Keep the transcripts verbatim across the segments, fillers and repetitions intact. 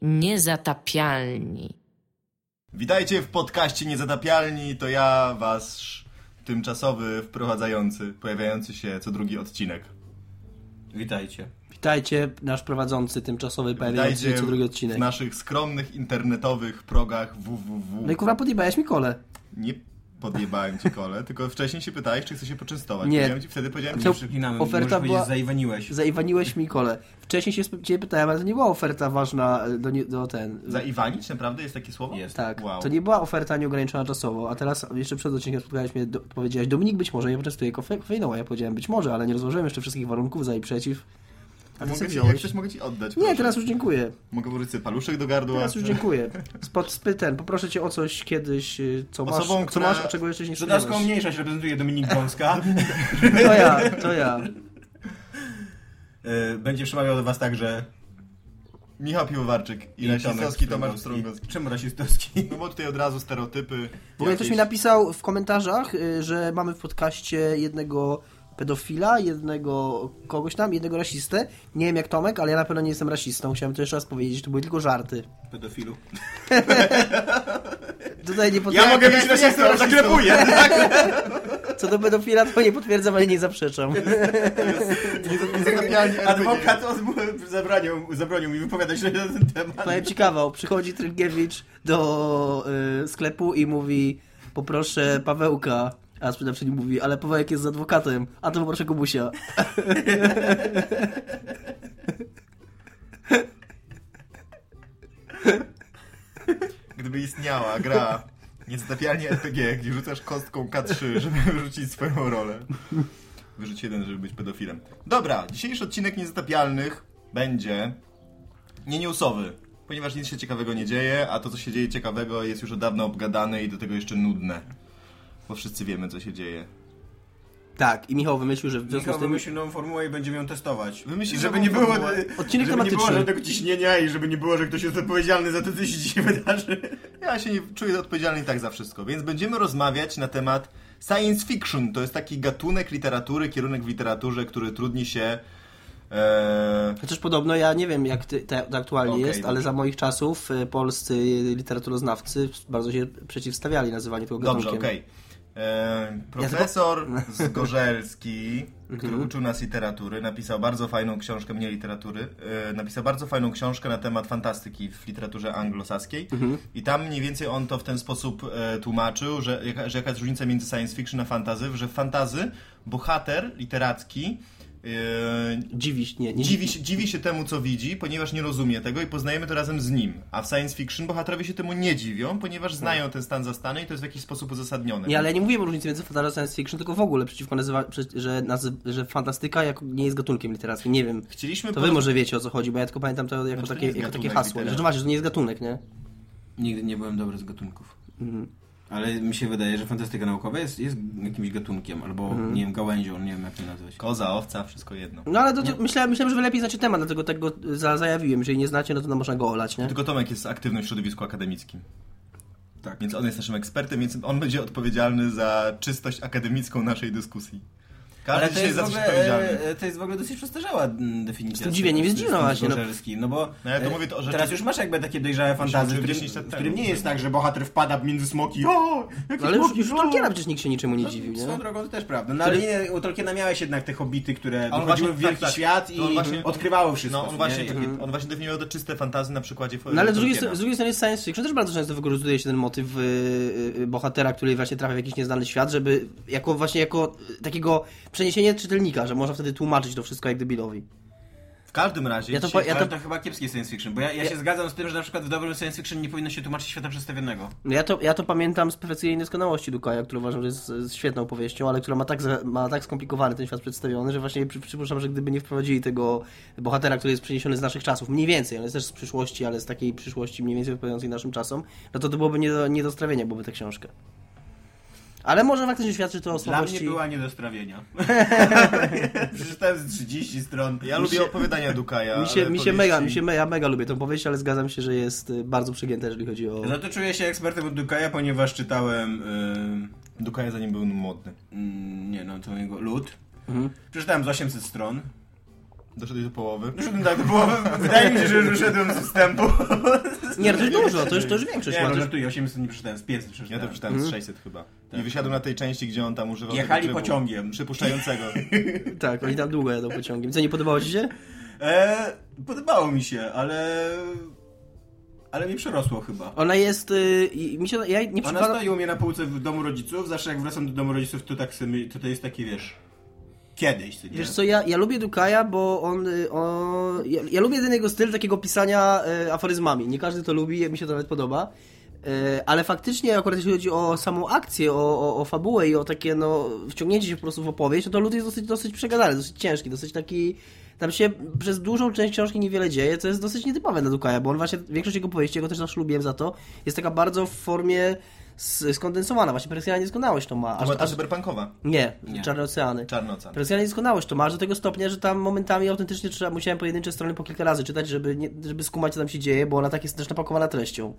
Niezatapialni. Witajcie w podcaście Niezatapialni, to ja, wasz tymczasowy wprowadzający, pojawiający się co drugi odcinek. Witajcie. Witajcie, nasz prowadzący tymczasowy, pojawiający się co drugi odcinek. W naszych skromnych internetowych progach www. No i kurwa podjebałeś mi kole. Nie podjebałem ci kole, tylko wcześniej się pytałeś, czy chcesz się poczęstować. Nie. Powiedziałem ci, wtedy powiedziałem, To że Przeklinamy, oferta możesz była- zaiwaniłeś. Zaiwaniłeś mi kole. Wcześniej się ciebie pytałem, ale to nie była oferta ważna do, nie- do ten... zaiwanić naprawdę jest takie słowo? Jest. Tak, Wow. to nie była oferta nieograniczona czasowo, a teraz jeszcze przed odcinkiem spotkałeś mnie, do, powiedziałeś, Dominik być może nie poczęstuje kofe- kofeiną, a ja powiedziałem być może, ale nie rozłożyłem jeszcze wszystkich warunków za i przeciw. A ty mogę co ci, wziąłeś? jak chcesz, mogę ci oddać. Nie, proszę. teraz już dziękuję. Mogę włożyć sobie paluszek do gardła. Teraz już dziękuję. Spod spyten, poproszę cię o coś kiedyś, y, co masz, Osobą, co która- masz, a czego jeszcze nie Żydowską wspomniałeś. mniejszość reprezentuje Dominik Gąska. To ja, to ja. E, Będzie przemawiał do was także Michał Piwowarczyk i Tomek rasistowski Tomasz Strągowski. Strągowski. Czemu rasistowski? No bo tutaj od razu stereotypy. W ogóle ktoś mi napisał w komentarzach, y, że mamy w podcaście jednego pedofila, jednego kogoś tam, jednego rasistę. Nie wiem jak Tomek, ale ja na pewno nie jestem rasistą. Chciałem to jeszcze raz powiedzieć, to były tylko żarty. Pedofilu. Tutaj nie Ja potwierdzam. mogę być rasistą, zaklepuję! Co do pedofila, to nie potwierdzam, ale nie zaprzeczam. Niezatapialni R P G. Adwokat zabronił, zabronił mi wypowiadać się na ten temat. Powiem ci kawał. Przychodzi Trynkiewicz do y, sklepu i mówi: poproszę Pawełka. A sprzedawczyni mówi: ale Pawełek jest z adwokatem. A to poproszę Kubusia. Gdyby istniała gra Niezatapialni R P G, gdzie rzucasz kostką K trzy, żeby wyrzucić swoją rolę. Wyrzuć jeden, żeby być pedofilem. Dobra, dzisiejszy odcinek Niezatapialnych będzie nie newsowy, ponieważ nic się ciekawego nie dzieje, a to, co się dzieje ciekawego, jest już od dawna obgadane i do tego jeszcze nudne. Bo wszyscy wiemy, co się dzieje. Tak, i Michał wymyślił, że w związku Michał z tym... wymyślił nową formułę i będziemy ją testować. Wymyślił żeby nową nie było, formułę. Odcinek żeby nie było tematyczny. żadnego ciśnienia i żeby nie było, że ktoś jest odpowiedzialny za to, co się dzisiaj wydarzy. Ja się nie czuję odpowiedzialny i tak za wszystko, więc będziemy rozmawiać na temat science fiction. To jest taki gatunek literatury, kierunek w literaturze, który trudni się... Ee... Chociaż podobno, ja nie wiem jak ty, te, to aktualnie Okej, jest, dobrze. ale za moich czasów y, polscy literaturoznawcy bardzo się przeciwstawiali nazywaniu tego Dobrze, gatunkiem. okej. E, Profesor Zgorzelski, który uczył nas literatury, napisał bardzo fajną książkę, mnie literatury, e, napisał bardzo fajną książkę na temat fantastyki w literaturze anglosaskiej i tam mniej więcej on to w ten sposób e, tłumaczył, że, jaka, że jaka jest różnica między science fiction a fantasy, że w fantasy bohater literacki e, Dziwi się, nie, nie Dziwi się, dziwi się temu, co widzi, ponieważ nie rozumie tego i poznajemy to razem z nim. A w science fiction bohaterowie się temu nie dziwią, ponieważ znają ten stan zastany i to jest w jakiś sposób uzasadnione. Nie, ale ja nie mówię o różnicy między fantasy a science fiction, tylko w ogóle przeciwko nazywa, prze, że, nazy, że fantastyka jak nie jest gatunkiem literackim. Nie wiem. Chcieliśmy To wy może wiecie o co chodzi, bo ja tylko pamiętam to jako Znaczy, to takie, nie jest jako takie gatunek hasło. literacki. Że właśnie, że to nie jest gatunek, nie? Nigdy nie byłem dobry z gatunków. Mhm. Ale mi się wydaje, że fantastyka naukowa jest, jest jakimś gatunkiem, albo Mhm. nie wiem, gałęzią, nie wiem jak to nazwać. Koza, owca, wszystko jedno. No ale to, to myślałem, myślałem, że wy lepiej znacie temat, dlatego tego za, zajawiłem. Jeżeli nie znacie, no to no, można go olać, nie? Tylko Tomek jest aktywny w środowisku akademickim. Tak. Więc on jest naszym ekspertem, więc on będzie odpowiedzialny za czystość akademicką naszej dyskusji. Każdy Ale to dzisiaj jest, jest w za coś ogóle, odpowiedzialny. e, to jest w ogóle dosyć przestarzała mm, definicja. Z tym dziwieniem jest dziwna właśnie, no. Zgorzelski, no bo No ja to e, mówię to o rzeczy- teraz już masz jakby takie dojrzałe fantazy, w którym, dziesięć lat w którym temu. nie jest tak, że bohater wpada między smoki. O, jakie No, ale już, smoki, już o! Tolkiena przecież nikt się niczemu nie No, dziwił, nie? Swoją drogą to też prawda. No ale nie, u Tolkiena miałeś jednak te hobbity, które on wychodziły właśnie- w wielki tak, tak. świat To i on właśnie- odkrywały wszystko. No on właśnie, nie? takie, on właśnie definiował to czyste fantazy na przykładzie No ale z drugiej, Tolkiena. z drugiej strony jest science fiction też bardzo często wykorzystuje się ten motyw y, y, bohatera, który właśnie trafia w jakiś nieznany świat, żeby jako właśnie jako y, takiego przeniesienie czytelnika, że można wtedy tłumaczyć to wszystko jak debilowi. W każdym razie... Ja to dzisiaj- po- ja Ale to- to chyba kiepskie science fiction, bo ja, ja się zgadzam z tym, że na przykład w dobrym science fiction nie powinno się tłumaczyć świata przedstawionego. No ja to, ja to pamiętam z perfekcyjnej nieskonałości Dukaja, którą uważam, że jest y, świetną powieścią, ale która ma tak, za- ma tak skomplikowany ten świat przedstawiony, że właśnie przy, przypuszczam, że gdyby nie wprowadzili tego bohatera, który jest przeniesiony z naszych czasów, mniej więcej, on jest też z przyszłości, ale z takiej przyszłości mniej więcej odpowiadającej naszym czasom, no to to byłoby nie do, nie do strawienia, byłoby ta książka. Ale może faktycznie świadczy to o Dla słabości... mnie była nie do strawienia. Przeczytałem z trzydzieści stron. Ja Mi lubię się- opowiadania Dukaja, Mi się, ale mi się powieści- mega, mi się me, ja mega lubię tą powieść, ale zgadzam się, że jest y, bardzo przegięta, jeżeli chodzi o... Za to czuję się ekspertem od Dukaja, ponieważ czytałem... Yy, Dukaja zanim był modny. yy, nie no, to jego Lud. Mhm. Przeczytałem z osiemset stron. Doszedłeś do połowy? Doszedłem tak do połowy. Wydaje mi się, że już wyszedłem z wstępu. Nie, to już dużo, to już, to już większość Nie, ma. no Też... żartuję, osiemset nie przeczytałem, z pięćset Ja przeczytałem. to przeczytałem z sześćset chyba. I wysiadłem na tej części, gdzie on tam używał Jechali tego trybu pociągiem. przypuszczającego. Tak, oni tam długo jadą pociągiem. Co, nie podobało ci się? E, podobało mi się, ale... Ale mi przerosło chyba. Ona jest... Yy, mi się, ja nie Ona przypadam... stoi u mnie na półce w domu rodziców, zawsze jak wracam do domu rodziców, to tak sobie, to to jest takie, wiesz... Kiedyś, co nie? Wiesz co, ja, ja lubię Dukaja, bo on... y, on ja, ja lubię ten jego styl takiego pisania y, aforyzmami. Nie każdy to lubi, mi się to nawet podoba. Y, ale faktycznie, akurat jeśli chodzi o samą akcję, o, o, o fabułę i o takie, no, wciągnięcie się po prostu w opowieść, to lud jest dosyć, dosyć przegadany, dosyć ciężki, dosyć taki... Tam się przez dużą część książki niewiele dzieje, co jest dosyć nietypowe dla Dukaja, bo on właśnie, większość jego powieści, jego też zawsze lubiłem za to, jest taka bardzo w formie skondensowana, właśnie Persjana Niedoskonałość to ma. To była ta cyberpunkowa. Nie, Nie. Czarne Oceany. Czarny Ocean. Persjana Niedoskonałość to ma, aż do tego stopnia, że tam momentami autentycznie trzeba, musiałem pojedyncze strony po kilka razy czytać, żeby, nie, żeby skumać, co tam się dzieje, bo ona tak jest też napakowana treścią.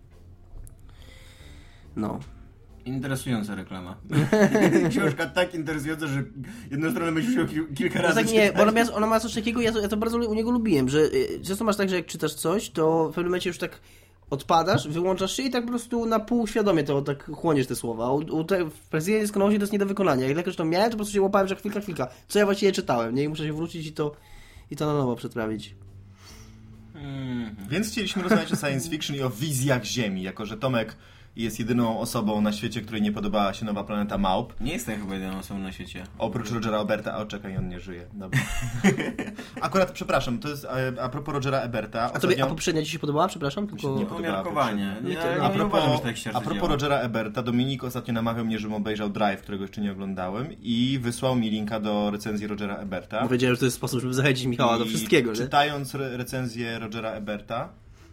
No. Interesująca reklama. Książka tak interesująca, że jedną stronę będziesz musiał kil- kilka No razy tak nie, czytać. bo ona ma, ona ma coś takiego, ja to, ja to bardzo u niego lubiłem, że y, często masz tak, że jak czytasz coś, to w pewnym momencie już tak odpadasz, wyłączasz się i tak po prostu na pół świadomie to tak chłoniesz te słowa. U, u te, w Persjanie Niedoskonałości to jest nie do wykonania. Jak jakoś to miałem, to po prostu się łapałem, że chwilka, chwilka. Co ja właściwie czytałem, nie? I muszę się wrócić i to, i to na nowo przetrawić. Mm. Więc chcieliśmy rozmawiać o science fiction i o wizjach Ziemi, jako że Tomek jest jedyną osobą na świecie, której nie podobała się Nowa Planeta Małp. Nie jestem chyba jedyną osobą na świecie. Oprócz Rogera Eberta. O, czekaj, on nie żyje. Dobra. Akurat, przepraszam, to jest a, a propos Rogera Eberta. A tobie, a poprzednia ci się podobała? Przepraszam, tylko... Nie podobała Umiarkowanie. poprzednio. Ja, Nie, to- ja A nie propos, uważam, że tak się a propos Rogera Eberta, Dominik ostatnio namawiał mnie, żebym obejrzał Drive, którego jeszcze nie oglądałem i wysłał mi linka do recenzji Rogera Eberta. Bo wiedziałem, że to jest sposób, żeby zachęcić Michała do I wszystkiego, nie? czytając re- recenzję Rogera Eberta,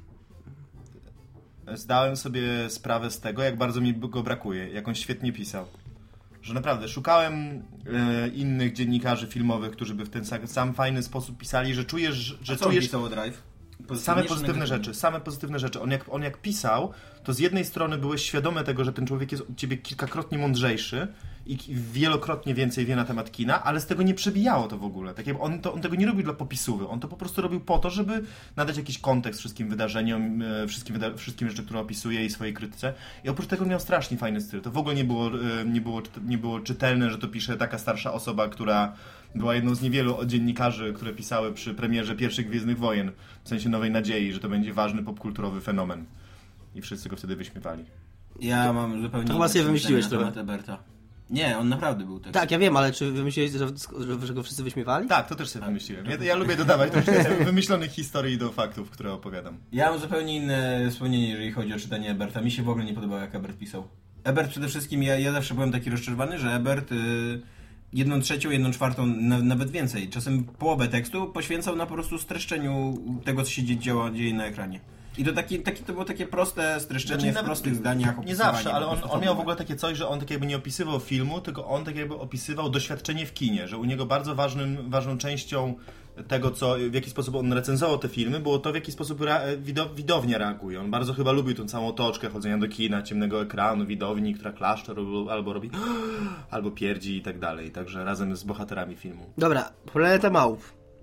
zdałem sobie sprawę z tego, jak bardzo mi go brakuje, jak on świetnie pisał. Że naprawdę szukałem e, innych dziennikarzy filmowych, którzy by w ten sam, sam fajny sposób pisali, że czujesz, że, że A co on czujesz pisał o Drive? same pozytywne rzeczy, same pozytywne rzeczy. On jak, on jak pisał, to z jednej strony byłeś świadomy tego, że ten człowiek jest od ciebie kilkakrotnie mądrzejszy i wielokrotnie więcej wie na temat kina, ale z tego nie przebijało to w ogóle. Tak jakby on, to, on tego nie robił dla popisówy, on to po prostu robił po to, żeby nadać jakiś kontekst wszystkim wydarzeniom, e, wszystkim, wyda- wszystkim rzeczom, które opisuje i swojej krytyce. I oprócz tego miał strasznie fajny styl. To w ogóle nie było, e, nie było, nie było czytelne, że to pisze taka starsza osoba, która była jedną z niewielu dziennikarzy, które pisały przy premierze pierwszych Gwiezdnych Wojen, w sensie Nowej Nadziei, że to będzie ważny popkulturowy fenomen. I wszyscy go wtedy wyśmiewali. Ja mam zupełnie... To chyba sobie inne wymyśliłeś przemyślenia na trochę. temat Eberta. Nie, on naprawdę był taki. Tak, ja wiem, ale czy wymyśliłeś, że, że, że go wszyscy wyśmiewali? Tak, to też sobie wymyśliłem. Ja, ja lubię dodawać troszkę wymyślonych historii do faktów, które opowiadam. Ja mam zupełnie inne wspomnienie, jeżeli chodzi o czytanie Eberta. Mi się w ogóle nie podobało, jak Ebert pisał. Ebert przede wszystkim, ja, ja zawsze byłem taki rozczarowany, że Ebert y, jedną trzecią, jedną czwartą, na, nawet więcej, czasem połowę tekstu poświęcał na po prostu streszczeniu tego, co się dzie- działa, dzieje na ekranie. I to, taki, taki, to było takie proste streszczenie Znaczy, w nawet prostych zdaniach. Nie opisywanie zawsze, ale po on, prostu on miał w fabuły. ogóle takie coś, że on tak jakby nie opisywał filmu, tylko on tak jakby opisywał doświadczenie w kinie, że u niego bardzo ważnym, ważną częścią tego, co, w jaki sposób on recenzował te filmy, było to, w jaki sposób rea- wido- widownia reaguje. On bardzo chyba lubił tą całą otoczkę chodzenia do kina, ciemnego ekranu, widowni, która klaszcze albo, albo robi albo pierdzi i tak dalej. Także razem z bohaterami filmu. Dobra, Planeta Małp.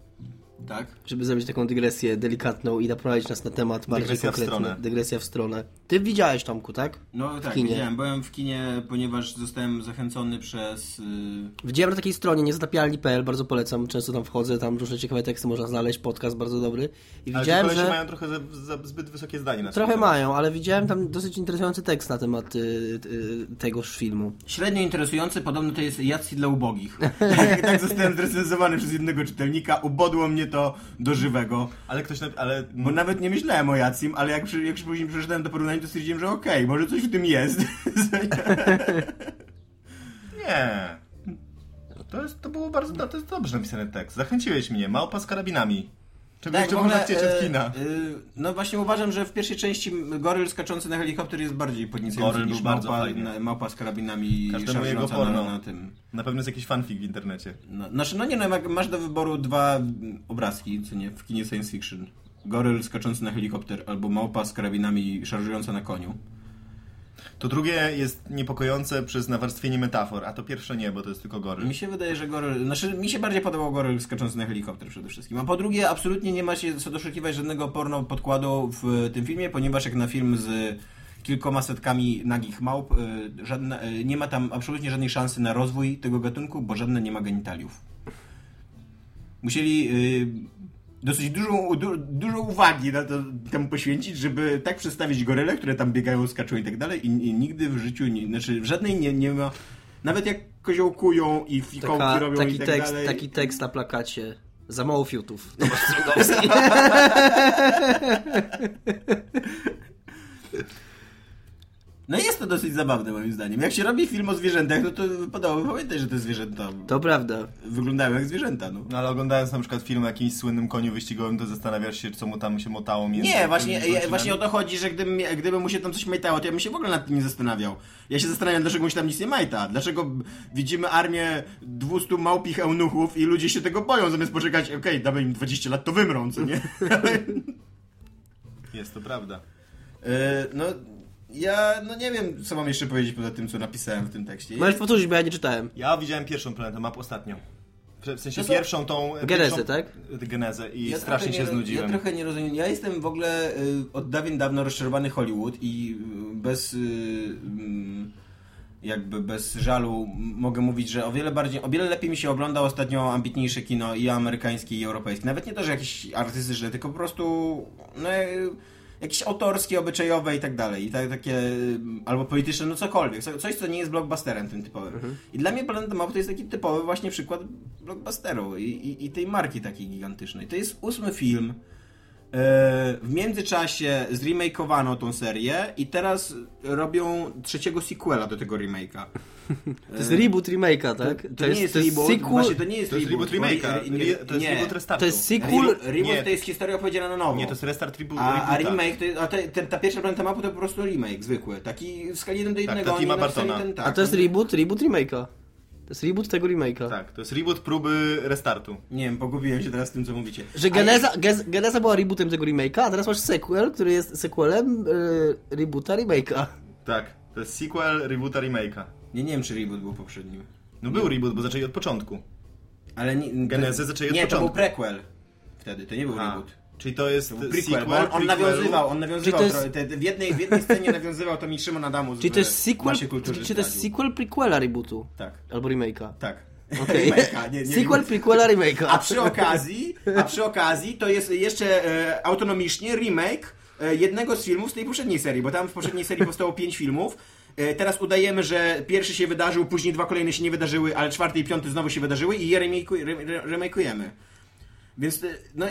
Tak? Żeby zrobić taką dygresję delikatną i naprowadzić nas na temat bardziej Dygresja w konkretny. stronę. Dygresja w stronę. Ty widziałeś, Tomku, tak? No W tak, kinie. widziałem. Byłem w kinie, ponieważ zostałem zachęcony przez... Yy... Widziałem na takiej stronie niezatapialni kropka p l, bardzo polecam, często tam wchodzę, tam różne ciekawe teksty można znaleźć, podcast bardzo dobry. I Ale widziałem, ci kolesie że... mają trochę za, za, zbyt wysokie zdanie na Trochę swój mają, ale widziałem tam dosyć interesujący tekst na temat y, y, tegoż filmu. Średnio interesujący, podobno to jest Jacy dla ubogich. tak, tak zostałem zrecenzowany przez jednego czytelnika, ubodło mnie to do żywego. Ale ktoś, na, ale Bo nawet nie myślałem o Jacim, ale jak, przy, jak później przeczytałem to porównanie, to stwierdziłem, że okej, może coś w tym jest. nie. To, jest, to było bardzo, to jest dobrze napisany tekst. Zachęciłeś mnie. Małpa z karabinami. Czego jeszcze w można ogóle, chcieć e, od kina? e, no właśnie uważam, że w pierwszej części goryl skaczący na helikopter jest bardziej podniecający Goryl niż był bardzo małpa, fajny. na, małpa z karabinami Każdemu jego szarżąca porno. na, na tym. Na pewno jest jakiś fanfic w internecie. No, znaczy, no nie no, jak masz do wyboru dwa obrazki, co nie, w kinie science fiction. Goryl skaczący na helikopter albo małpa z karabinami szarżująca na koniu. To drugie jest niepokojące przez nawarstwienie metafor, a to pierwsze nie, bo to jest tylko goryl. Mi się wydaje, że goryl... Znaczy, mi się bardziej podobał goryl skaczący na helikopter przede wszystkim. A po drugie, absolutnie nie ma się co doszukiwać żadnego porno podkładu w tym filmie, ponieważ jak na film z kilkoma setkami nagich małp, żadne, nie ma tam absolutnie żadnej szansy na rozwój tego gatunku, bo żadne nie ma genitaliów. Musieli dosyć dużą, du, dużo uwagi na to temu poświęcić, żeby tak przedstawić goryle, które tam biegają, skaczą i tak dalej, i, i nigdy w życiu, nie, znaczy w żadnej nie, nie ma, nawet jak koziołkują i fikołki Taka, robią taki i tak tekst, dalej. Taki tekst na plakacie. Za mało fiutów. Tomasz Strągowski. No jest to dosyć zabawne moim zdaniem. Jak się robi film o zwierzętach, no to wypadałoby pamiętać, że te zwierzęta To prawda. wyglądają jak zwierzęta. No. No ale oglądając na przykład film o jakimś słynnym koniu wyścigowym, to zastanawiasz się, co mu tam się motało między... Nie, właśnie, tymi ja, właśnie o to chodzi, że gdybym, gdyby mu się tam coś majtało, to ja bym się w ogóle nad tym nie zastanawiał. Ja się zastanawiam, dlaczego mu się tam nic nie majta. Dlaczego widzimy armię dwustu małpich eunuchów i ludzie się tego boją, zamiast poczekać, okej, okay, damy im dwadzieścia lat, to wymrą, co nie? Jest to prawda. Yy, no... Ja, no nie wiem, co mam jeszcze powiedzieć poza tym, co napisałem w tym tekście. Możesz powtórzyć, bo ja nie czytałem. Ja widziałem pierwszą planetę map ostatnio. W sensie To co? pierwszą tą... Genezę, pierwszą, tak? Genezę i Ja strasznie trochę się nie, znudziłem. Ja trochę nie rozumiem. Ja jestem w ogóle y, od dawien dawno rozczarowany Hollywood i y, bez... Y, y, jakby bez żalu mogę mówić, że o wiele bardziej, o wiele lepiej mi się ogląda ostatnio ambitniejsze kino i amerykańskie i europejskie. Nawet nie to, że jakieś artystyczne, tylko po prostu no, jakieś autorskie, obyczajowe i tak dalej. I tak, takie, albo polityczne, no cokolwiek. Coś, co nie jest blockbusterem tym typowym. Mhm. I dla mnie Planeta Małp to jest taki typowy właśnie przykład blockbusteru i, i, i tej marki takiej gigantycznej. To jest ósmy film. W międzyczasie zremakeowano tą serię i teraz robią trzeciego sequela do tego remake'a. To jest reboot remake'a, tak? To, to, to nie jest, jest reboot, sequel... właśnie to nie jest to jest reboot, reboot remake'a, nie, nie, to jest nie. reboot restartu. To jest sequel... Reboot, reboot nie. to jest historia opowiedziana na nowo. Nie, to jest restart reboot, a, a reboota. remake, to jest, a te, te, ta pierwsza Planeta Małp to po prostu remake zwykły, taki w skali jeden do jednego. Tak, to Tima oni napisali Bartona. ten, tak, A to jest reboot, reboot remake'a. To jest reboot tego remake'a. Tak, to jest reboot próby restartu. Nie wiem, pogubiłem się teraz w tym, co mówicie. Że Geneza, Gez, Geneza była rebootem tego remake'a, a teraz masz sequel, który jest sequelem yy, reboota remake'a. Tak, to jest sequel reboota remake'a. Nie, nie wiem, czy reboot był poprzednim. No był reboot, bo zaczęli od początku. Ale nie, Genezę zaczęli od nie, początku. Nie, to był prequel. Wtedy, to nie był A, reboot. czyli to jest To był prequel, sequel, bo on, on prequelu. nawiązywał, on nawiązywał, Czyli to jest... te, te, w, jednej, w jednej scenie nawiązywał to mi Szymon Adamus. Czyli to jest sequel, czy, czy to jest sequel prequela rebootu? Tak, Albo remake'a. tak. Okay. Remake'a, nie, nie Sequel reboot. prequela remake'a. A przy okazji, a przy okazji to jest jeszcze e, autonomicznie remake e, jednego z filmów z tej poprzedniej serii, bo tam w poprzedniej serii powstało pięć filmów. E, teraz udajemy, że pierwszy się wydarzył, później dwa kolejne się nie wydarzyły, ale czwarty i piąty znowu się wydarzyły i je remake'uj- re- remake'ujemy. Więc, e, no...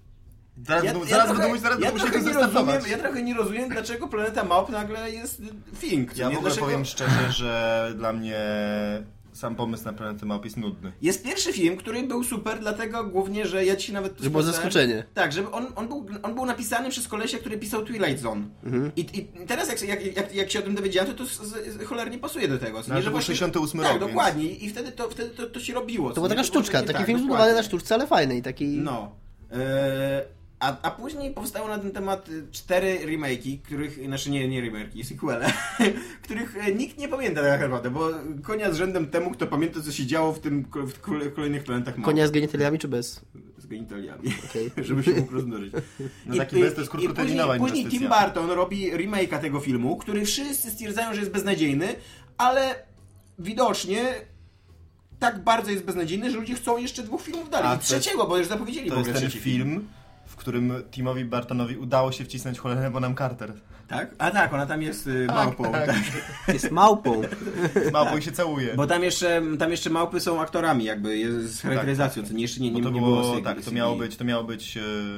Zaraz Ja, będą- ja, zaraz trochę, będą- zaraz ja, będą trochę musieli nie rozumiem, zrestartować. ja trochę nie rozumiem, dlaczego Planeta Małp nagle jest think. Ja nie? w ogóle Dlaczego... powiem szczerze, że dla mnie sam pomysł na Planetę Małp jest nudny. Jest pierwszy film, który był super, dlatego głównie, że ja ci nawet... Że było sprawdzałem. zaskoczenie. Tak, że on, on, był, on był napisany przez kolesia, który pisał Twilight Zone. Mhm. I, I teraz jak, jak, jak, jak się o tym dowiedziałem, to to z, z, cholernie pasuje do tego. No, to był sześćdziesiąty ósmy tak, rok, dokładnie. Więc... I wtedy to, wtedy to, to się robiło. To była taka było sztuczka, takie- taki tak, film dokładnie. zbudowany na sztuczce, ale fajnej, taki... No. E, a, a później powstały na ten temat cztery remake'i, których, znaczy nie, nie remake'i, sequele, których nikt nie pamięta tak naprawdę, bo konia z rzędem temu, kto pamięta, co się działo w tym w kolejnych planetach Małp. Konia z genitaliami czy bez? Z genitaliami, Okay. żeby się mógł rozmnożyć. No taki bez to jest krótkoterminowa I później, później Tim inwestycja. Burton robi remake'a tego filmu, który wszyscy stwierdzają, że jest beznadziejny, ale widocznie tak bardzo jest beznadziejny, że ludzie chcą jeszcze dwóch filmów dalej. A I to trzeciego, jest- bo już zapowiedzieli w To ogóle jest ten trzeci film, w którym Timowi Bartonowi udało się wcisnąć Helenę Bonham Carter. Tak? A tak, ona tam jest y, małpą. tak. Tak. Jest małpą. Z małpą się całuje. Bo tam jeszcze, tam jeszcze małpy są aktorami, jakby jest z charakteryzacją, co nie, jeszcze nie, nie, Bo to nie było, było. tak, to miało być, to miało być e,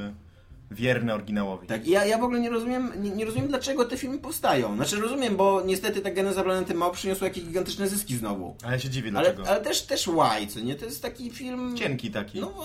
wierne oryginałowi. Tak, i ja, ja w ogóle nie rozumiem, nie, nie rozumiem, dlaczego te filmy powstają. Znaczy rozumiem, bo niestety ta geneza Planety Małp przyniosła jakieś gigantyczne zyski znowu. Ale ja się dziwię Ale, dlaczego. ale też, też why, co nie? To jest taki film... Cienki taki. No,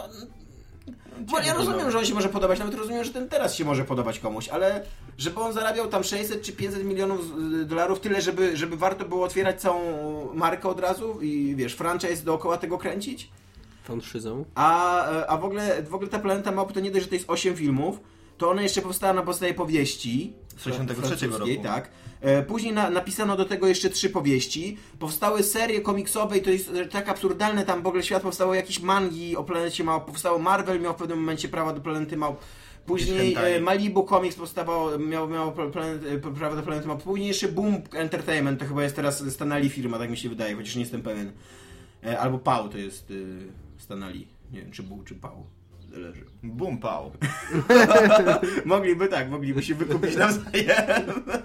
bo ja rozumiem, że on się może podobać, nawet rozumiem, że ten teraz się może podobać komuś, ale żeby on zarabiał tam sześćset czy pięćset milionów z- dolarów, tyle, żeby, żeby warto było otwierać całą markę od razu i wiesz, franchise dookoła tego kręcić. Franszyzą. A, a w ogóle w ogóle ta Planeta Małp to nie dość, że to jest osiem filmów, to ona jeszcze powstała na podstawie powieści sześćdziesiątego trzeciego roku. Tak. E, później na, napisano do tego jeszcze trzy powieści. Powstały serie komiksowe i to jest tak absurdalne, tam w ogóle świat powstało jakieś mangi o planecie małp, powstało Marvel, miał w pewnym momencie prawa do planety małp. Później e, Malibu Comics powstawał, miał, miał planet, prawo do planety małp. Później jeszcze Boom Entertainment, to chyba jest teraz Stanley firma, tak mi się wydaje, chociaż nie jestem pewien. E, albo Pau to jest e, Stanley. Nie wiem, czy Bół, czy Pau. Zależy. Bum pał. Mogliby tak, mogliby się wykupić nawzajem.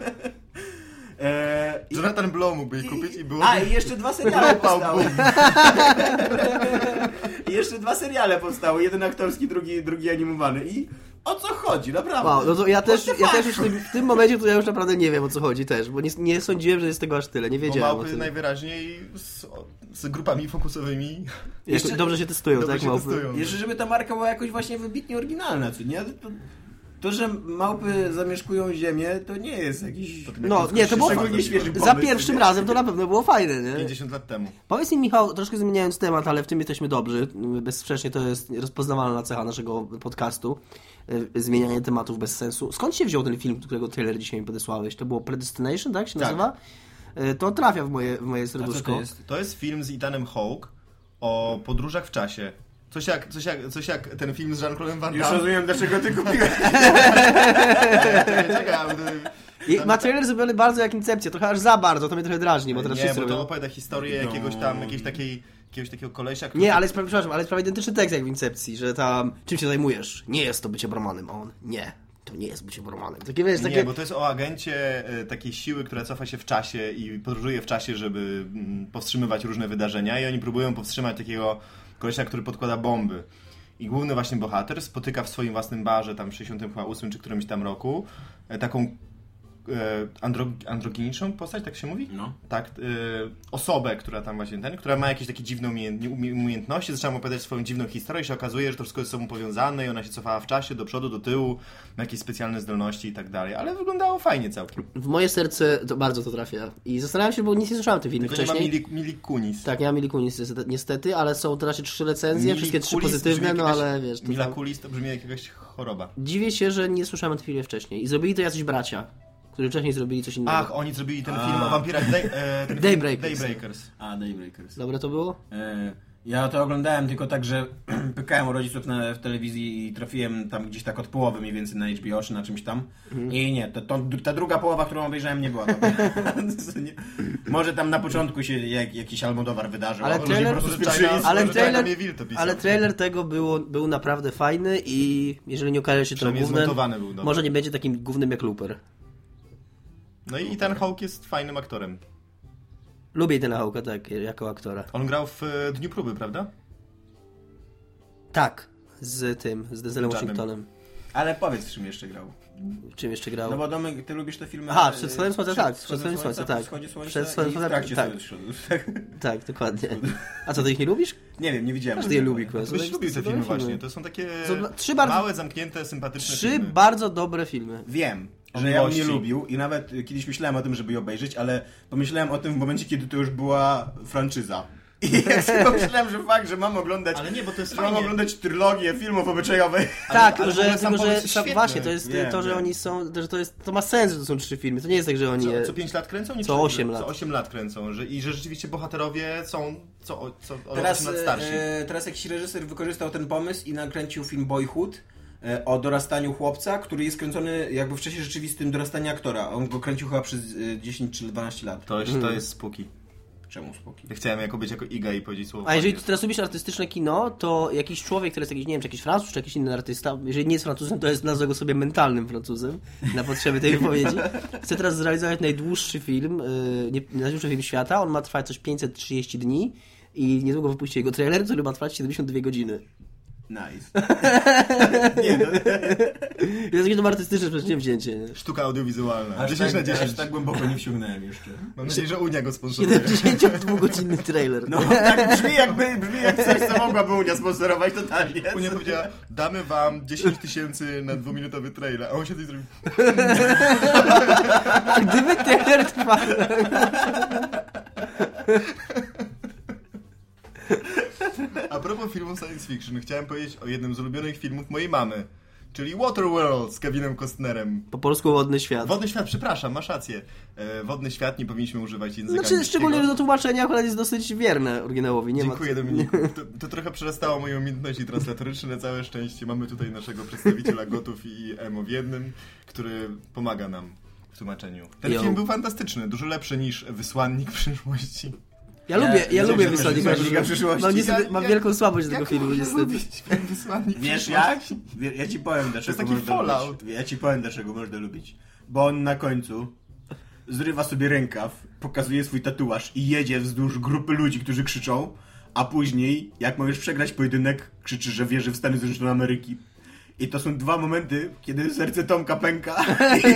Eee, Jonathan Blow mógłby ich kupić i było... A, i jeszcze dwa seriale powstały. I jeszcze dwa seriale powstały. Jeden aktorski, drugi, drugi animowany. I o co chodzi, naprawdę? Wow, no to ja też, ja też już w tym, w tym momencie to ja już naprawdę nie wiem, o co chodzi też, bo nie, nie sądziłem, że jest tego aż tyle, nie wiedziałem. Bo o małpy tym. najwyraźniej z, z grupami fokusowymi Jeszcze- Dobrze się testują, dobrze tak? się małpy? testują. Jeszcze, żeby ta marka była jakoś właśnie wybitnie oryginalna, czy nie? To, to, że małpy zamieszkują ziemię, to nie jest jakiś... No, nie, to było Szczególnie świeży za pomysł, pierwszym nie? razem to na pewno było fajne, nie? pięćdziesiąt lat temu. Powiedz mi, Michał, troszkę zmieniając temat, ale w tym jesteśmy dobrzy, bezsprzecznie to jest rozpoznawalna cecha naszego podcastu, y, zmienianie tematów bez sensu. Skąd się wziął ten film, którego trailer dzisiaj mi podesłałeś? To było Predestination, tak się Tak. nazywa? Y, To trafia w moje, w moje A co serduszko. to jest? To jest film z Ethanem Hawke o podróżach w czasie. Coś jak, coś jak, coś jak ten film z Jean-Claude'em Van Już Damme. rozumiem, dlaczego ty kupiłeś. Czekaj, czekaj, bo- I ma trailer zrobiony bardzo jak Incepcja, trochę aż za bardzo, to mnie trochę drażni, bo teraz Nie, wszyscy bo to robią. opowiada historię No. jakiegoś tam, jakiejś takiej, jakiegoś takiego kolesia, który... Nie, ale jest, prawie- przepraszam, ale jest prawie identyczny tekst jak w Incepcji, że tam, czym się zajmujesz? Nie jest to bycie Bromanem, a on, nie, to nie jest bycie Bromanem. Takie, wiesz, takie... Nie, bo to jest o agencie e, takiej siły, która cofa się w czasie i podróżuje w czasie, żeby mm, powstrzymywać różne wydarzenia i oni próbują powstrzymać takiego kolesia, który podkłada bomby. I główny właśnie bohater spotyka w swoim własnym barze, tam w sześćdziesiątym ósmym czy którymś tam roku, e, taką e, andro, androginiczną postać, tak się mówi? No. Tak, e, osobę, która tam właśnie ten, która ma jakieś takie dziwne umiejętności, umiejętności, zaczęła opowiadać swoją dziwną historię i się okazuje, że to wszystko jest ze sobą powiązane i ona się cofała w czasie, do przodu, do tyłu, ma jakieś specjalne zdolności i tak dalej, ale wyglądało fajnie całkiem. W moje serce to bardzo to trafia. I zastanawiam się, bo nic nie słyszałem o tym filmie Tylko nie ma wcześniej. Mili, Mili Kunis. Tak, nie ma Mili Kunis niestety- niestety, ale są teraz trzy recenzje, Mili wszystkie trzy Kunis pozytywne, brzmi no jakaś- ale wiesz... to Mila tam- Kunis to brzmi jak jakaś choroba. Dziwię się, że nie słyszałem o tym filmie wcześniej. I zrobili to jacyś bracia, którzy wcześniej zrobili coś innego. Ach, oni zrobili ten A. film o wampirach Day, e, ten film Daybreakers. Daybreakers. A, Daybreakers. Dobre to było? E, Ja to oglądałem tylko tak, że pykałem u rodziców na, w telewizji i trafiłem tam gdzieś tak od połowy mniej więcej na H B O czy na czymś tam. Mhm. I nie, to, to, ta druga połowa, którą obejrzałem, nie była dobra. Nie- Może tam na początku się jak, jakiś Almodóvar wydarzył. Ale a później trailer- po prostu Może spieprzyli. China- ale może trailer- China Mieville to pisał. Ale trailer tego było, był naprawdę fajny i jeżeli nie okaże się to Przynajmniej głównym, zmontowany był dobry. może nie będzie takim głównym jak Looper. No i ten Hawke jest fajnym aktorem. Lubię Ethana Hawke'a, tak, jako aktora. On grał w e, Dniu Próby, prawda? Tak, z tym, z Denzelem Czarnym. Washingtonem. Ale powiedz, w czym jeszcze grał. W czym jeszcze grał? No bo Domek, ty lubisz te filmy... Aha, e, Przed wschodem słońca, tak, Przed wschodem słońca, tak. Po wschodzie słońca Przed wschodem i w słońca, trakcie tak. wschodu. Tak, dokładnie. A co, ty ich nie lubisz? Nie wiem, nie widziałem. Każdy je lubi, Quest. Ktoś lubi te filmy właśnie. To są takie Są trzy bardzo- małe, zamknięte, sympatyczne Trzy filmy. bardzo dobre filmy. Wiem, O że ja bym nie miłości. lubił i nawet y, kiedyś myślałem o tym, żeby je obejrzeć, ale pomyślałem o tym w momencie, kiedy to już była franczyza. I jak sobie pomyślałem, że fakt, że mam oglądać, Ale nie, bo to jest że mam fajnie. oglądać trylogię filmów obyczajowych. Tak, ale w że, ogóle sam tylko, że pomysł jest sam, świetny. właśnie, to jest Wiem, to, że wiem. oni są, że to jest, to ma sens, że to są trzy filmy. To nie jest tak, że oni... je- Co, co pięć lat kręcą? Nie Co trzy- osiem lat. Co osiem lat kręcą. Że, I że rzeczywiście bohaterowie są co, o- co o Teraz, osiem lat starsi. e, teraz jakiś reżyser wykorzystał ten pomysł i nakręcił film Boyhood e, o dorastaniu chłopca, który jest kręcony jakby w czasie rzeczywistym dorastania aktora. On go kręcił chyba przez e, dziesięć czy dwanaście lat. To jest, to jest spooky. Czemu spokój? Ja chciałem jako być jako Iga i powiedzieć słowo. A jeżeli ty fajnie. teraz lubisz artystyczne kino, to jakiś człowiek, który jest jakiś, nie wiem, czy jakiś Francuz, czy jakiś inny artysta, jeżeli nie jest Francuzem, to jest, nazwę go sobie mentalnym Francuzem, na potrzeby tej wypowiedzi, chce teraz zrealizować najdłuższy film, yy, nie, najdłuższy film świata, on ma trwać coś pięćset trzydzieści dni i niedługo wypuści jego trailer, który ma trwać siedemdziesiąt dwie godziny. Nice. nie, no, Jest jakieś to artystyczne przedsięwzięcie. Nie? Sztuka audiowizualna. aż dziesięć tak, na dziesięć. aż tak głęboko nie wsiągnąłem jeszcze. Mam nadzieję, że Unia go sponsoruje. siedemdziesięciodwugodzinny trailer. No tak brzmi jakby, brzmi jak coś, co mogłaby Unia sponsorować totalnie. Unia powiedziała, damy wam dziesięć tysięcy na dwuminutowy trailer. A on się coś zrobił. A gdyby trailer trwał... A propos filmów science fiction, chciałem powiedzieć o jednym z ulubionych filmów mojej mamy. czyli Waterworld z Kevinem Costnerem. Po polsku Wodny Świat. Wodny Świat, przepraszam, masz rację. E, Wodny Świat, nie powinniśmy używać języka Znaczy, angielskiego. szczególnie, że to tłumaczenie akurat jest dosyć wierne oryginałowi. Nie Dziękuję, ma... Dominiku. To, to trochę przerastało moje umiejętności translatoryczne. Na całe szczęście mamy tutaj naszego przedstawiciela Gotów i Emo w jednym, który pomaga nam w tłumaczeniu. Ten Yo. film był fantastyczny, dużo lepszy niż Wysłannik przyszłości. Ja, ja lubię, ja ja lubię wiem, Wysłannika że przyszłości. przyszłości. Mam, niestety, Ja- mam ja- wielką słabość do tego Jak filmu, można niestety. lubić film Wysłannik Wiesz przyszłości? jak? Wie- Ja ci powiem, dlaczego taki można Fallout. lubić. Ja ci powiem, dlaczego można lubić. Bo on na końcu zrywa sobie rękaw, pokazuje swój tatuaż i jedzie wzdłuż grupy ludzi, którzy krzyczą, a później, jak ma już przegrać pojedynek, krzyczy, że wierzy w Stany Zjednoczone Ameryki. I to są dwa momenty, kiedy serce Tomka pęka.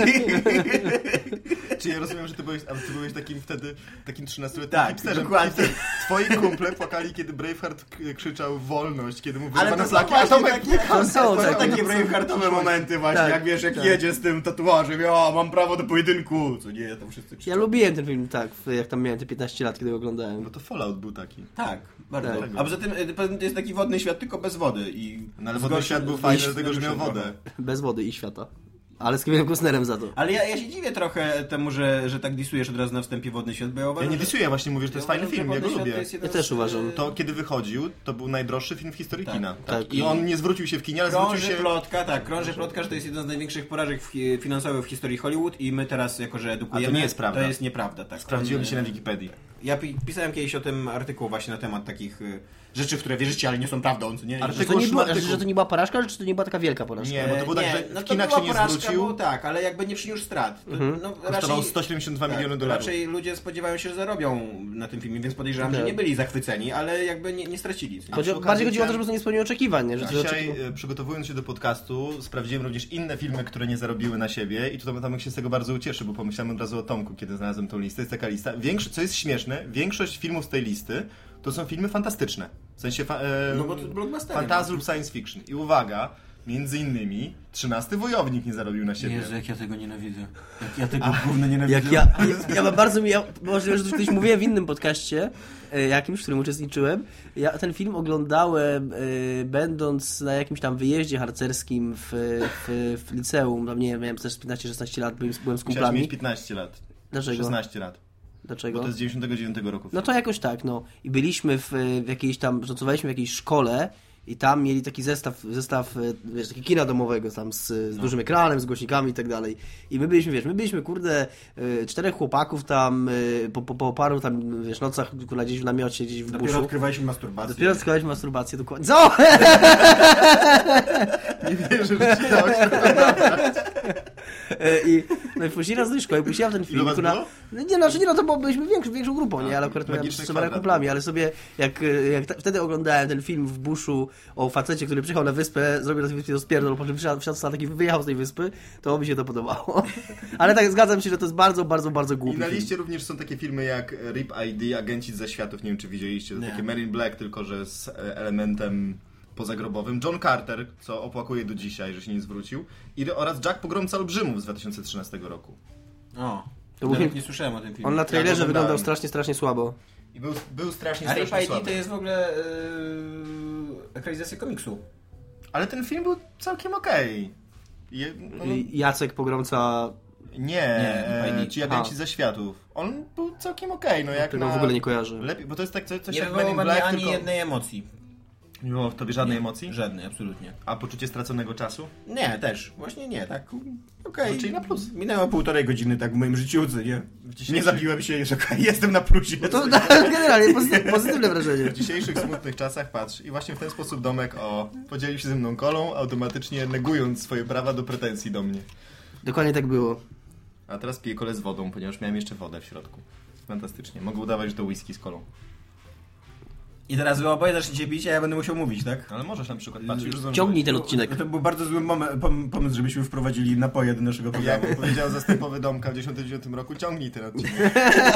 Czy ja rozumiem, że ty byłeś, ale ty byłeś takim wtedy, takim trzynastoletnim Tak, hipsterem. dokładnie. Hipster. Twoi kumple płakali, kiedy Braveheart k- krzyczał wolność, kiedy mu Ale wyrwano to są flaki, a właśnie Tomek takie, płakał. to są to są takie- takie braveheartowe momenty właśnie, Tak, jak wiesz, jak tak. jedzie z tym tatuażem, ja mam prawo do pojedynku, co nie, tam wszyscy krzyczą. Ja lubiłem ten film, tak, jak tam miałem te piętnaście lat, kiedy go oglądałem. Bo to Fallout był taki. Tak, bardzo. Tak. A poza tym y, to jest taki wodny świat, tylko bez wody. I No ale Wodny zgorszy- Świat był fajny, i- dlatego że miał trochę. wodę. Bez wody i świata. Ale z Kevinem Costnerem za to. Ale ja, ja się dziwię trochę temu, że, że tak disujesz od razu na wstępie Wodny Świat, bo ja Ja uważam, nie że- disuję, ja właśnie mówię, że to jest ja fajny uważam, film, że ja go Wodny Świat lubię. to jest jeden Ja też z- uważam. To kiedy wychodził, to był najdroższy film w historii Tak, kina. tak. I on nie zwrócił się w kinie, ale zwrócił Krąży się... plotka, tak, krąży plotka, że to jest jedna z największych porażek w, finansowych w historii Hollywood i my teraz, jako że edukujemy, A to nie jest prawda. to jest nieprawda. Tak. Sprawdziłem On, się na Wikipedii. Ja pi- pisałem kiedyś o tym artykuł właśnie na temat takich y, rzeczy, w które wierzycie, ale nie są prawdą, co nie? Artykuł- Że to, nie było, artykuł. że to nie była porażka, czy to nie była taka wielka porażka? Nie, bo to było tak, nie, że no w to kinach była się nie porażka, zwrócił. Bo tak, ale jakby nie przyniósł strat. To, no, Kosztował raczej, sto siedemdziesiąt dwa tak, miliony dolarów. Raczej ludzie spodziewają się, że zarobią na tym filmie, więc podejrzewam, Tak. że nie byli zachwyceni, ale jakby nie, nie stracili. co nie? Chodzi, przy okazji bardziej chodziło o to, chciałem- że po prostu nie spełnił oczekiwań. Nie? Że to Dzisiaj, oczekiwa- e, przygotowując się do podcastu, sprawdziłem również inne filmy, które nie zarobiły na siebie i tutaj Tomek się z tego bardzo ucieszy, bo pomyślałem od razu o Tomku, kiedy znalazłem tą listę. Jest taka lista. Większo- co jest śmieszne, większość filmów z tej listy to są filmy fantastyczne. W sensie fa- e, No bo to blockbustery. fantasy lub science fiction. I uwaga, między innymi trzynasty Wojownik nie zarobił na siebie. Jezu, jak ja tego nienawidzę. Jak ja tego gówno nienawidzę. Jak ja, ja, ja mam bardzo mi, ja, możliwe, że to kiedyś mówiłem w innym podcaście, e, jakimś, w którym uczestniczyłem. Ja ten film oglądałem e, będąc na jakimś tam wyjeździe harcerskim w, w, w liceum. Tam nie wiem, miałem też piętnaście szesnaście lat, byłem, byłem z Musiałeś kumplami. mieć piętnaście lat. Dlaczego? szesnaście lat. Dlaczego? Bo to jest z dziewięćdziesiątego dziewiątego roku. No to jakoś tak, no. I byliśmy w, w jakiejś tam, nocowaliśmy w jakiejś szkole i tam mieli taki zestaw, zestaw e, wiesz, taki kina domowego tam z, z No. dużym ekranem, z głośnikami i tak dalej. I my byliśmy, wiesz, my byliśmy, kurde, e, czterech chłopaków tam, e, po, po, po paru tam, wiesz, nocach, kurwa, gdzieś w namiocie, gdzieś w Dopiero buszu. odkrywaliśmy masturbację. Dopiero odkrywaliśmy masturbację, dokładnie. Co? Nie wierzę, że ci dało się E, I no i puścili nas do tej szkoły, puściłam ten film. Ilu was kurwa. było? Nie, znaczy nie, no to bo byliśmy większą, większą grupą, nie, A, ale akurat miałem magiczny z trzema kwadrat. kumplami, ale sobie, jak, jak ta, wtedy oglądałem ten film w buszu o facecie, który przyjechał na wyspę, zrobił na tej wyspie rozpierdol, po czym przyszedł, wsiadł statek i wyjechał z tej wyspy, to mi się to podobało. Ale tak, zgadzam się, że to jest bardzo, bardzo, bardzo głupi I na film. liście również są takie filmy jak R I P I D, Agenci ze światów, nie wiem czy widzieliście, to Nie. takie Men in Black, tylko że z e, elementem pozagrobowym. John Carter, co opłakuje do dzisiaj, że się nie zwrócił. I, oraz Jack Pogromca Olbrzymów z dwa tysiące trzynastego roku. O, To był nawet film- nie słyszałem o tym filmie. On na trailerze oglądałem. wyglądał strasznie, strasznie słabo. I był, był strasznie, A strasznie R I P I D słaby. to jest w ogóle yy, ekranizacja komiksu. Ale ten film był całkiem okej. Je- no, no, I Jacek Pogromca, nie, Nie, e, R I P I D. ci Agenci A. ze światów. On był całkiem okej, no jak tego na... w ogóle nie kojarzę. Lepiej, bo to jest tak coś, coś Nie jak Men in wywołał mnie Black, ani tylko... jednej emocji. Nie było w tobie żadnej Nie, emocji? Żadnej, absolutnie. A poczucie straconego czasu? Nie, też. Właśnie nie, tak. Okej. No, czyli na plus. Minęło półtorej godziny tak w moim życiu, co nie? dzisiejszym- Nie zabiłem się, jest okej, jestem na plusie. No to generalnie pozytywne, pozytywne wrażenie. W dzisiejszych smutnych czasach, patrz, i właśnie w ten sposób Domek o podzielił się ze mną kolą, automatycznie negując swoje prawa do pretensji do mnie. Dokładnie tak było. A teraz piję kolę z wodą, ponieważ miałem jeszcze wodę w środku. Fantastycznie. Mogę udawać, że to whisky z kolą. I teraz wy oboje zaczniecie pić, a ja będę musiał mówić, tak? Ale możesz na przykład, patrz, już zdążyłeś. Ciągnij ten odcinek. To był bardzo zły mom- pom- pomysł, żebyśmy wprowadzili napoje do naszego programu. Jak powiedział zastępowy Domka w dziesiątym dziewiątym roku, ciągnij ten odcinek.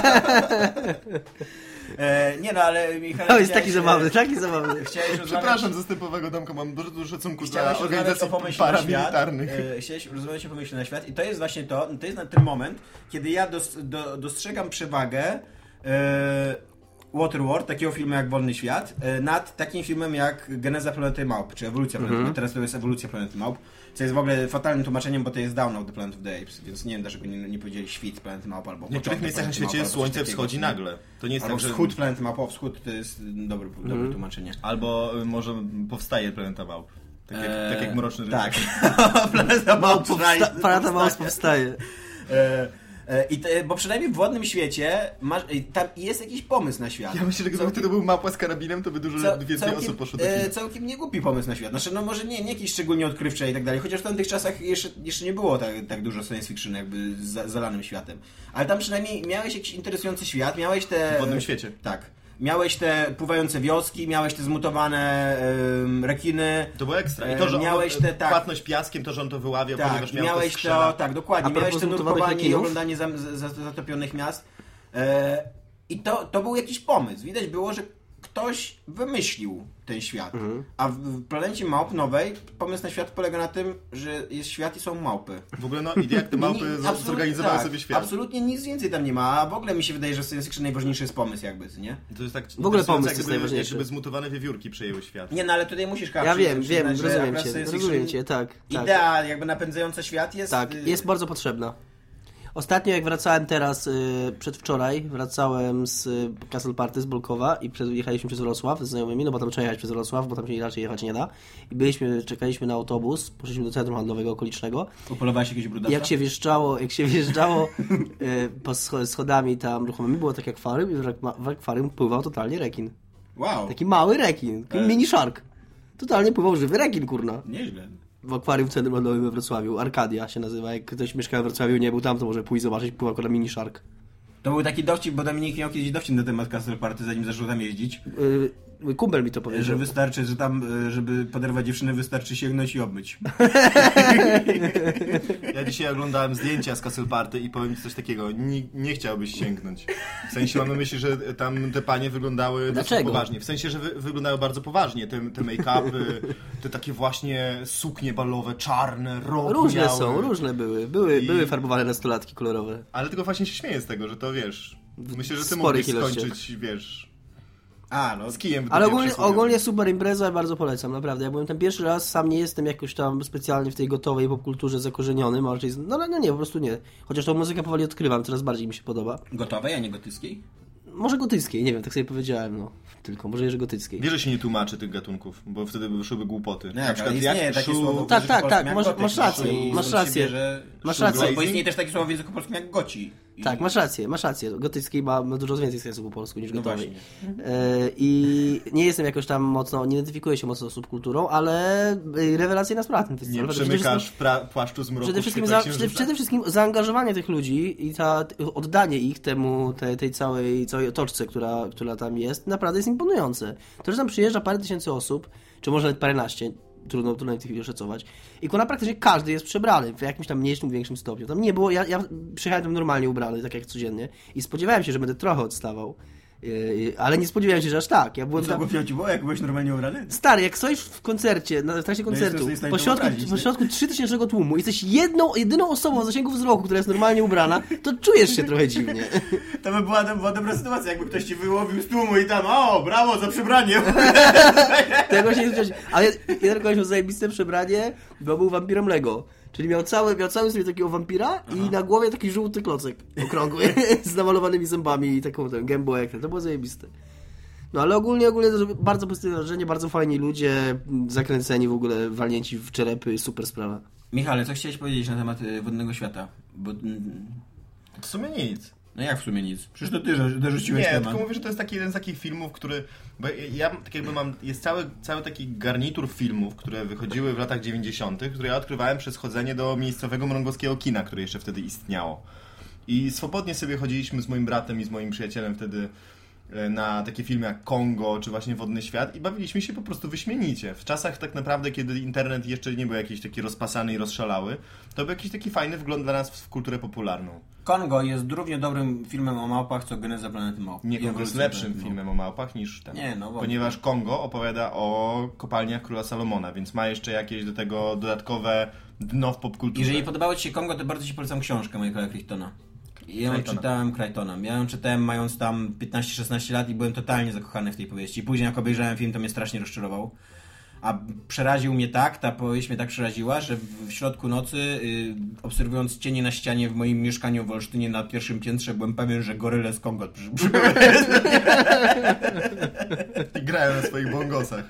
E, nie no, ale Michał... To jest taki chciałeś, zabawny, e, taki zabawny. Chciałeś rozmawiać... Przepraszam zastępowego Domka, mam dużo, dużo szacunku dla Chciałeś rozmawiać organizacji o pomyśle na świat. paramilitarnych. E, chciałeś rozmawiać o pomyśle na świat i to jest właśnie to, to jest ten moment, kiedy ja dos, do, dostrzegam przewagę e, Waterworld, takiego filmu jak Wolny Świat, nad takim filmem jak Geneza Planety Małp, czy Ewolucja Planety Mhm. Małp. Teraz to jest Ewolucja Planety Małp, co jest w ogóle fatalnym tłumaczeniem, bo to jest Dawn of the Planet of the Apes, więc nie wiem, dlaczego nie, nie powiedzieli świt Planety Małp albo W niektórych początek miejscach na Planety Małp, świecie albo coś słońce takiego, wschodzi nie? nagle. To nie jest Albo tak, że... wschód Planety Małp, o wschód to jest dobre, dobre Mhm. tłumaczenie. Albo y, może powstaje planeta małp. Tak jak, Eee, tak jak Mroczny Rycerz. Tak. Planeta Małp Powsta- Planeta Małp powstaje. E, e, i te, bo przynajmniej w Wodnym Świecie masz, i tam jest jakiś pomysł na świat. Ja myślę, że gdyby to był mapa z karabinem, to by dużo Cał- więcej całkiem, osób poszło do e, kina. całkiem niegłupi pomysł na świat. Znaczy, no może nie, nie jakiś szczególnie odkrywczy i tak dalej, chociaż w tamtych czasach jeszcze, jeszcze nie było tak, tak dużo science fiction jakby za, zalanym światem. Ale tam przynajmniej miałeś jakiś interesujący świat, miałeś te... W Wodnym Świecie. Tak. Miałeś te pływające wioski, miałeś te zmutowane ym, rekiny. To było ekstra. I e, to, że miałeś on, te, tak, płatność piaskiem, to, że on to wyławiał, tak, ponieważ miał miałeś to to, strzela. tak, dokładnie. A Miałeś propos to zmutowanych nurkowanie i rekinów? oglądanie za, za, za, zatopionych miast. E, I to, to był jakiś pomysł. Widać było, że ktoś wymyślił ten świat. Mhm. A w, w Planecie Małp Nowej pomysł na świat polega na tym, że jest świat i są małpy. W ogóle no, i jak te małpy Nie, nie, z- absolut- zorganizowały tak, sobie świat. Absolutnie nic więcej tam nie ma, a w ogóle mi się wydaje, że w science fiction najważniejszy jest pomysł jakby, nie? To jest tak W ogóle pomysł jak jest gdyby, najważniejszy. jakby zmutowane wiewiórki przejęły świat. Nie, no ale tutaj musisz Ja kapszyć, wiem, przyznać, wiem, że rozumiem akurat cię, science rozumiem fiction cię, tak. tak. Idea jakby napędzająca świat jest... Tak, y, jest bardzo potrzebna. Ostatnio jak wracałem teraz, y, przedwczoraj, wracałem z y, Castle Party z Bolkowa i przez, jechaliśmy przez Wrocław ze znajomymi, no bo tam trzeba jechać przez Wrocław, bo tam się inaczej jechać nie da. I byliśmy, czekaliśmy na autobus, poszliśmy do centrum handlowego okolicznego. Upolowałeś jakiegoś I brudasza? jak się wjeżdżało, jak się wjeżdżało y, po scho- schodami tam ruchomymi, było tak jak akwarium i w, ak- w akwarium pływał totalnie rekin. Wow, Taki mały rekin, taki E. mini shark. Totalnie pływał żywy rekin, kurna. nieźle. W akwarium w Centrum Handlowym we Wrocławiu. Arkadia się nazywa. Jak ktoś mieszka we Wrocławiu, nie był tam, to może pójść zobaczyć. Pływa akurat mini shark. To był taki dowcip, bo Dominik miał kiedyś dowcip na temat Castle Party, zanim zaczął tam jeździć, Yy, kumpel mi to że powiedział. wystarczy, że tam, y, żeby poderwać dziewczynę, wystarczy sięgnąć i obmyć. Ja dzisiaj oglądałem zdjęcia z Castle Party i powiem ci coś takiego. Nie, nie chciałbyś sięgnąć. W sensie mam na myśli, że tam te panie wyglądały dosyć Dlaczego? poważnie. W sensie, że wy, wyglądały bardzo poważnie. Te, te make-upy, te takie właśnie suknie balowe, czarne, rogi Różne miały. są, różne były. Były, I- były farbowane nastolatki kolorowe. Ale tylko właśnie się śmieję z tego, że to wiesz... Myślę, że ty sporych mógłbyś ilościach. skończyć, wiesz... A, no. Z kijem w Ale dupie ogólnie, przysłowiowym. ogólnie super impreza, bardzo polecam, naprawdę. Ja byłem tam pierwszy raz, sam nie jestem jakoś tam specjalnie w tej gotowej popkulturze zakorzenionym, a raczej, z- no, no nie, po prostu nie. Chociaż tą muzykę powoli odkrywam, coraz bardziej mi się podoba. Gotowej, a nie gotyckiej? Może gotyckiej, nie wiem, tak sobie powiedziałem, no. Tylko, może że gotyckiej. Wiesz, że się nie tłumaczy tych gatunków, bo wtedy by wyszłyby głupoty. No jak, ale istnieje takie szu- słowo w Tak, języku tak, polskim tak, jak masz- gotyk, masz no, rację, i masz stąd się rację. bierze Masz shoegaze, rację. Bo istnieje też takie słowo w języku polskim jak goci. I... Tak, masz rację, masz rację. Gotyckiej ma, ma dużo więcej sensu po polsku niż No gotowej. właśnie. E, I nie jestem jakoś tam mocno, nie identyfikuję się mocno z subkulturą, ale e, rewelacyjna sprawa ten Nie festiwal. przemykasz w pra- płaszczu zmroku Przede wszystkim, w za, świetle przede, księżyca? przede wszystkim zaangażowanie tych ludzi i ta, oddanie ich temu, tej, tej całej, całej otoczce, która, która tam jest, naprawdę jest imponujące. To, że tam przyjeżdża parę tysięcy osób, czy może nawet paręnaście, trudno, trudno w tej chwili oszacować, i kurna praktycznie każdy jest przebrany w jakimś tam mniejszym, większym stopniu. Tam nie było, ja, ja przyjechałem tam normalnie ubrany, tak jak codziennie, i spodziewałem się, że będę trochę odstawał. Yy, ale nie spodziewałem się, że aż tak. Ja byłem Co tam... głupio ci było, jak byłeś normalnie ubrany? Stary, jak stoisz w koncercie, na w trakcie koncertu, jestem w stanie po to środku, wyobrazić, po nie? środku trzytysięcznego tłumu, jesteś jedną, jedyną osobą w zasięgu wzroku, która jest normalnie ubrana, to czujesz się trochę dziwnie. To by była, to była dobra sytuacja, jakby ktoś ci wyłowił z tłumu i tam, o, brawo za przebranie. Tego się nie spodziewałem. Ale jeden koleś miał zajebiste przebranie, bo był wampirem Lego. Czyli miał cały, miał cały sobie takiego wampira i na głowie taki żółty klocek okrągły z namalowanymi zębami i taką tę gębą jak ten. To było zajebiste. No ale ogólnie, ogólnie to bardzo pozytywne wrażenie, bardzo fajni ludzie, zakręceni w ogóle, walnięci w czerepy, super sprawa. Michale, co chciałeś powiedzieć na temat y, Wodnego Świata? Bo, mm, W sumie nic. no jak w sumie nic? Przecież to ty że- dorzuciłeś Nie, temat. tylko mówię, że to jest taki jeden z takich filmów, który... Bo ja tak jakby mam... Jest cały, cały taki garnitur filmów, które wychodziły w latach dziewięćdziesiątych, które ja odkrywałem przez chodzenie do miejscowego mrągowskiego kina, które jeszcze wtedy istniało. I swobodnie sobie chodziliśmy z moim bratem i z moim przyjacielem wtedy na takie filmy jak Kongo, czy właśnie Wodny Świat i bawiliśmy się po prostu wyśmienicie. W czasach tak naprawdę, kiedy internet jeszcze nie był jakiś taki rozpasany i rozszalały, to był jakiś taki fajny wgląd dla nas w kulturę popularną. Kongo jest równie dobrym filmem o małpach, co Geneza Planety Małp. Nie, I Kongo jest ewolucja lepszym Planety Małp. filmem o małpach niż ten. Nie, no, w ogóle. Ponieważ Kongo opowiada o kopalniach Króla Salomona, więc ma jeszcze jakieś do tego dodatkowe dno w popkulturze. Jeżeli podobało ci się Kongo, to bardzo ci polecam książkę Michaela Crichtona. Ja ją Crichtona. czytałem Crichtona. Ja ją czytałem mając tam piętnaście szesnaście lat i byłem totalnie zakochany w tej powieści. I później jak obejrzałem film, to mnie strasznie rozczarował. A przeraził mnie tak, ta powieść mnie tak przeraziła, że w, w środku nocy, yy, obserwując cienie na ścianie w moim mieszkaniu w Olsztynie na pierwszym piętrze, byłem pewien, że goryle z Kongo przy, przy... I grają na swoich bongosach.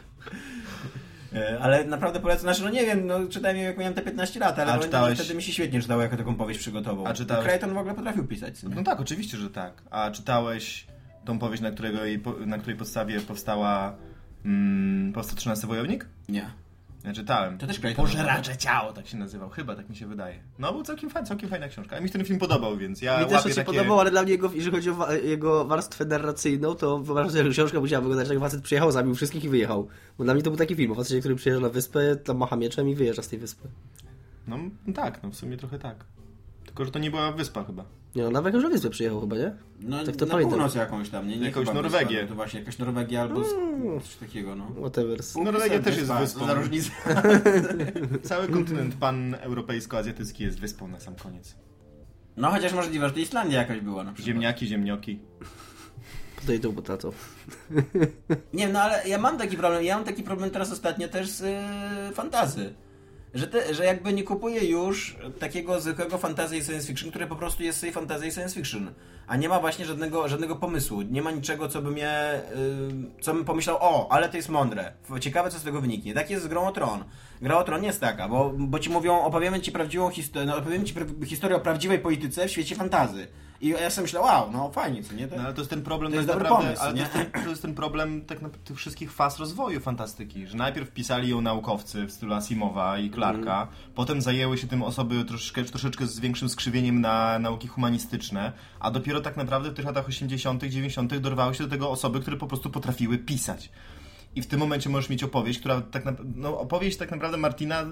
Ale naprawdę polecam, znaczy no nie wiem, no czytałem ją jak miałem te piętnaście lat, ale A no, czytałeś- wtedy mi się świetnie czytało, jako taką powieść przygotował. A czytałeś- Crichton w ogóle potrafił pisać. Nie? No tak, oczywiście, że tak. A czytałeś tą powieść, na, którego jej, po- na której podstawie powstała mm, powstał trzynasty Wojownik? Nie. Ja czytałem. To też Crichton. Pożeracze ciało, tak się nazywał. Chyba, tak mi się wydaje. No, był całkiem, fajna, całkiem fajna książka. A mi się ten film podobał, więc ja Mi też łapię on się takie... podobał, ale dla mnie, jego, jeżeli chodzi o wa- jego warstwę narracyjną, to wyobrażam sobie, że książka musiała wyglądać jak facet przyjechał, zabił wszystkich i wyjechał. Bo dla mnie to był taki film, o facecie, który przyjeżdża na wyspę, tam macha mieczem i wyjeżdża z tej wyspy. No, no tak, no w sumie trochę tak. Tylko, że to nie była wyspa chyba. Nie no, nawet już na wyspę przyjechał chyba, nie? No, Tak to na pamiętam. północ jakąś tam, nie? nie Jakąś chyba Norwegię. Wyspa, no to właśnie jakaś Norwegia albo Mm. coś takiego, no. Whatever. Norwegia też jest Wyspa, wyspą. Za różnicę. Cały kontynent pan-europejsko-azjatycki jest wyspą na sam koniec. No chociaż możliwe, że to Islandia jakaś była na przykład. Ziemniaki, ziemnioki. Potato, potato. Nie no ale ja mam taki problem, ja mam taki problem teraz ostatnio też z y, fantasy. Że, te, że jakby nie kupuję już takiego zwykłego fantasy i science fiction, które po prostu jest sobie fantasy i science fiction. A nie ma właśnie żadnego, żadnego pomysłu. Nie ma niczego, co by mnie... Y, co bym pomyślał, o, ale to jest mądre. Ciekawe, co z tego wyniknie. Tak jest z Grą o Tron. Gra o Tron nie jest taka, bo, bo ci mówią, opowiemy ci prawdziwą historię, no, opowiemy ci pra- historię o prawdziwej polityce w świecie fantasy. I ja sobie myślę, wow, no fajnie, co nie? To, No ale to jest ten problem to jest tak dobry naprawdę, pomysł, ale to nie? jest, ten, to jest ten problem tak naprawdę tych wszystkich faz rozwoju fantastyki, że najpierw pisali ją naukowcy w stylu Asimowa i Clarka, mm. potem zajęły się tym osoby troszeczkę, troszeczkę z większym skrzywieniem na nauki humanistyczne, a dopiero tak naprawdę w tych latach osiemdziesiątych, dziewięćdziesiątych dorwały się do tego osoby, które po prostu potrafiły pisać. I w tym momencie możesz mieć opowieść, która tak naprawdę, no opowieść tak naprawdę Martina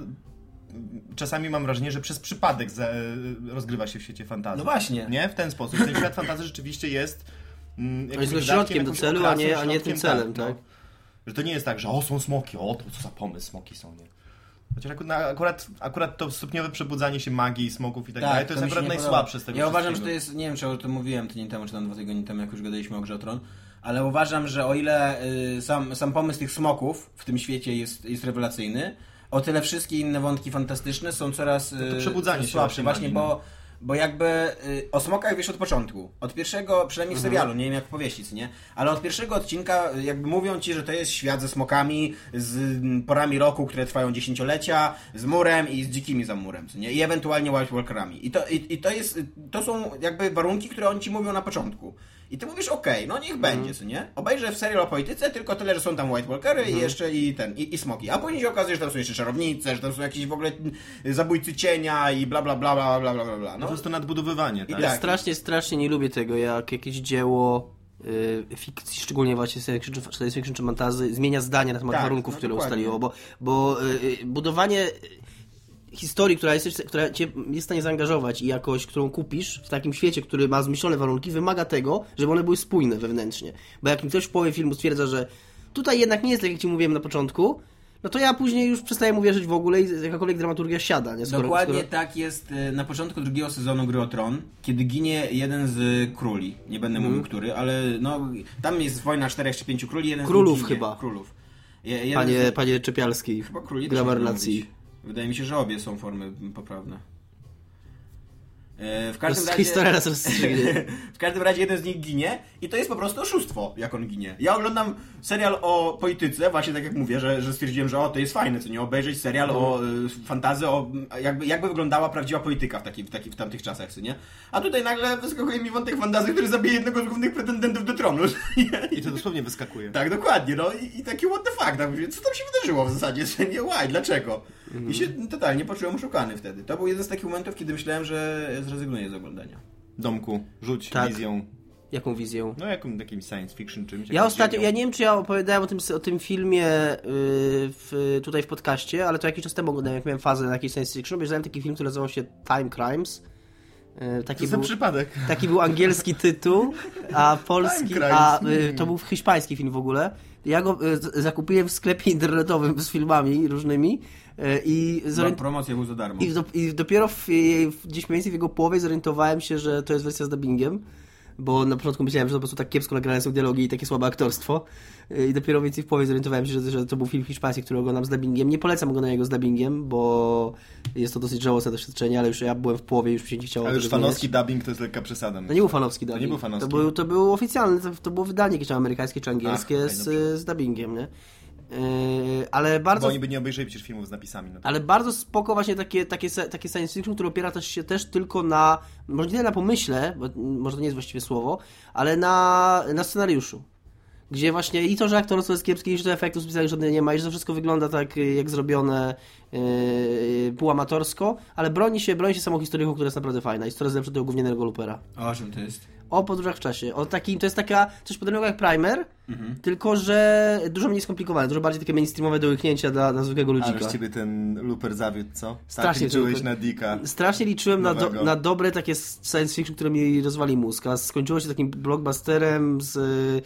czasami mam wrażenie, że przez przypadek za, rozgrywa się w świecie fantazji. No właśnie. Nie? W ten sposób. Ten świat fantazji rzeczywiście jest mm, On jest środkiem do celu, a nie, a nie tym celem, tak? No. Że to nie jest tak, że o, są smoki, o, to co za pomysł, smoki są, nie? Chociaż akurat, akurat to stopniowe przebudzanie się magii, smoków i tak, tak dalej, to jest akurat najsłabsze z tego Ja uważam, że wszystkiego. to jest, nie wiem, czy o tym mówiłem tydzień temu, czy tam dwa tygodnie temu, jak już gadaliśmy o Grze o Tron, ale uważam, że o ile y, sam, sam pomysł tych smoków w tym świecie jest, jest rewelacyjny, o tyle wszystkie inne wątki fantastyczne są coraz, to, to przebudzanie coraz się słabsze. Właśnie, magii, bo, bo jakby y, o smokach wiesz od początku. Od pierwszego, przynajmniej w serialu, nie wiem jak w powieści, co nie? Ale od pierwszego odcinka y, jakby mówią ci, że to jest świat ze smokami, z y, porami roku, które trwają dziesięciolecia, z murem i z dzikimi za murem, co nie? I ewentualnie White Walkerami. I to, i, i to jest, to są jakby warunki, które oni ci mówią na początku. I ty mówisz, okej, okay, no niech mm. będzie, co nie? Obejrzę w serial o polityce, tylko tyle, że są tam White Walkery mm. i jeszcze i ten, i, i smoki. A później się okazuje, że tam są jeszcze czarownice, że tam są jakieś w ogóle zabójcy cienia i bla bla bla bla bla bla bla. No. To jest to nadbudowywanie, tak? Ja tak. strasznie, strasznie nie lubię tego, jak jakieś dzieło yy, fikcji, szczególnie właśnie science fiction, science fiction czy fantasy, zmienia zdanie na temat tak, warunków, no które dokładnie. ustaliło, bo, bo yy, budowanie historii, która jest, która cię jest w stanie zaangażować i jakoś, którą kupisz w takim świecie, który ma zmyślone warunki, wymaga tego, żeby one były spójne wewnętrznie. Bo jak ktoś w połowie filmu stwierdza, że tutaj jednak nie jest tak, jak ci mówiłem na początku, no to ja później już przestaję mu wierzyć w ogóle i jakakolwiek dramaturgia siada. Nie? Skoro, Dokładnie skoro... tak jest na początku drugiego sezonu Gry o Tron, kiedy ginie jeden z króli. Nie będę mm. mówił który, ale no tam jest wojna czterech czy pięciu króli, jeden Królów z nich ginie. chyba. Królów. Je, panie, z... panie Czepialski. Chyba króli Grammar nacji. Wydaje mi się, że obie są formy poprawne. W każdym, razie, historia nas rozstrzygnie. w każdym razie jeden z nich ginie i to jest po prostu oszustwo, jak on ginie. Ja oglądam serial o polityce, właśnie tak jak mówię, że, że stwierdziłem, że o, to jest fajne, co nie, obejrzeć serial mm. o y, fantazy, o jakby, jakby wyglądała prawdziwa polityka w, taki, w, taki, w tamtych czasach, co nie? A tutaj nagle wyskakuje mi wątek fantazy, który zabije jednego z głównych pretendentów do tronu. I to dosłownie wyskakuje. Tak, dokładnie, no i, i taki what the fuck, tak, mówię, co tam się wydarzyło w zasadzie, że nie, why, dlaczego? Mm. I się totalnie poczułem oszukany wtedy. To był jeden z takich momentów, kiedy myślałem, że zrezygnuję z oglądania. Domku, rzuć tak. wizją. Jaką wizją? No jakim, jakimś science fiction czymś. Ja ostatnio, ziemią. ja nie wiem, czy ja opowiadałem o tym, o tym filmie yy, w, tutaj w podcaście, ale to jakiś czas temu oglądałem, jak miałem fazę na jakiejś science fiction, obejrzałem taki film, który nazywał się Time Crimes Taki to był, przypadek. Taki był angielski tytuł, a polski, a to był hiszpański film w ogóle. Ja go zakupiłem w sklepie internetowym z filmami różnymi i zorient... promocja był za darmo. I, do, i dopiero w, w, gdzieś mniej więcej w jego połowie zorientowałem się, że to jest wersja z dubbingiem, bo na początku myślałem, że to po prostu tak kiepsko nagrane są dialogi i takie słabe aktorstwo. I dopiero więcej w połowie zorientowałem się, że, że to był film hiszpański, który oglądam z dubbingiem. Nie polecam oglądania go z dubbingiem, bo jest to dosyć żałosne doświadczenie, ale już ja byłem w połowie, już mi się nie chciało. Ale już fanowski dubbing to jest lekka przesada. To nie był fanowski dubbing. To nie był fanowski. To był, to był oficjalny, to, to było wydanie jakieś amerykańskie czy angielskie Ach, okay, z, z dubbingiem, nie? Yy, ale bardzo... Bo oni by nie obejrzeli przecież filmów z napisami. No ale bardzo spoko właśnie takie, takie, takie science fiction, które opiera też się też tylko na, może nie na pomyśle, bo może to nie jest właściwie słowo, ale na, na scenariuszu. Gdzie właśnie i to, że aktorstwo jest kiepskie, i że efektów specjalnych żadnych nie ma, i że to wszystko wygląda tak jak zrobione yy, półamatorsko, ale broni się, broni się samą historią, która jest naprawdę fajna. I coraz lepsze tego gównianego Loopera. A o czym to jest? O podróżach w czasie. O takim, to jest taka, coś podobnego jak Primer, mhm. tylko że dużo mniej skomplikowane, dużo bardziej takie mainstreamowe do łyknięcia dla, dla zwykłego ludzika. Ale z ciebie ten Looper zawiódł, co? Strasznie tak liczyłeś na Dicka. Strasznie liczyłem na, do, na dobre takie science fiction, które mi rozwali mózg, a skończyło się takim blockbusterem z...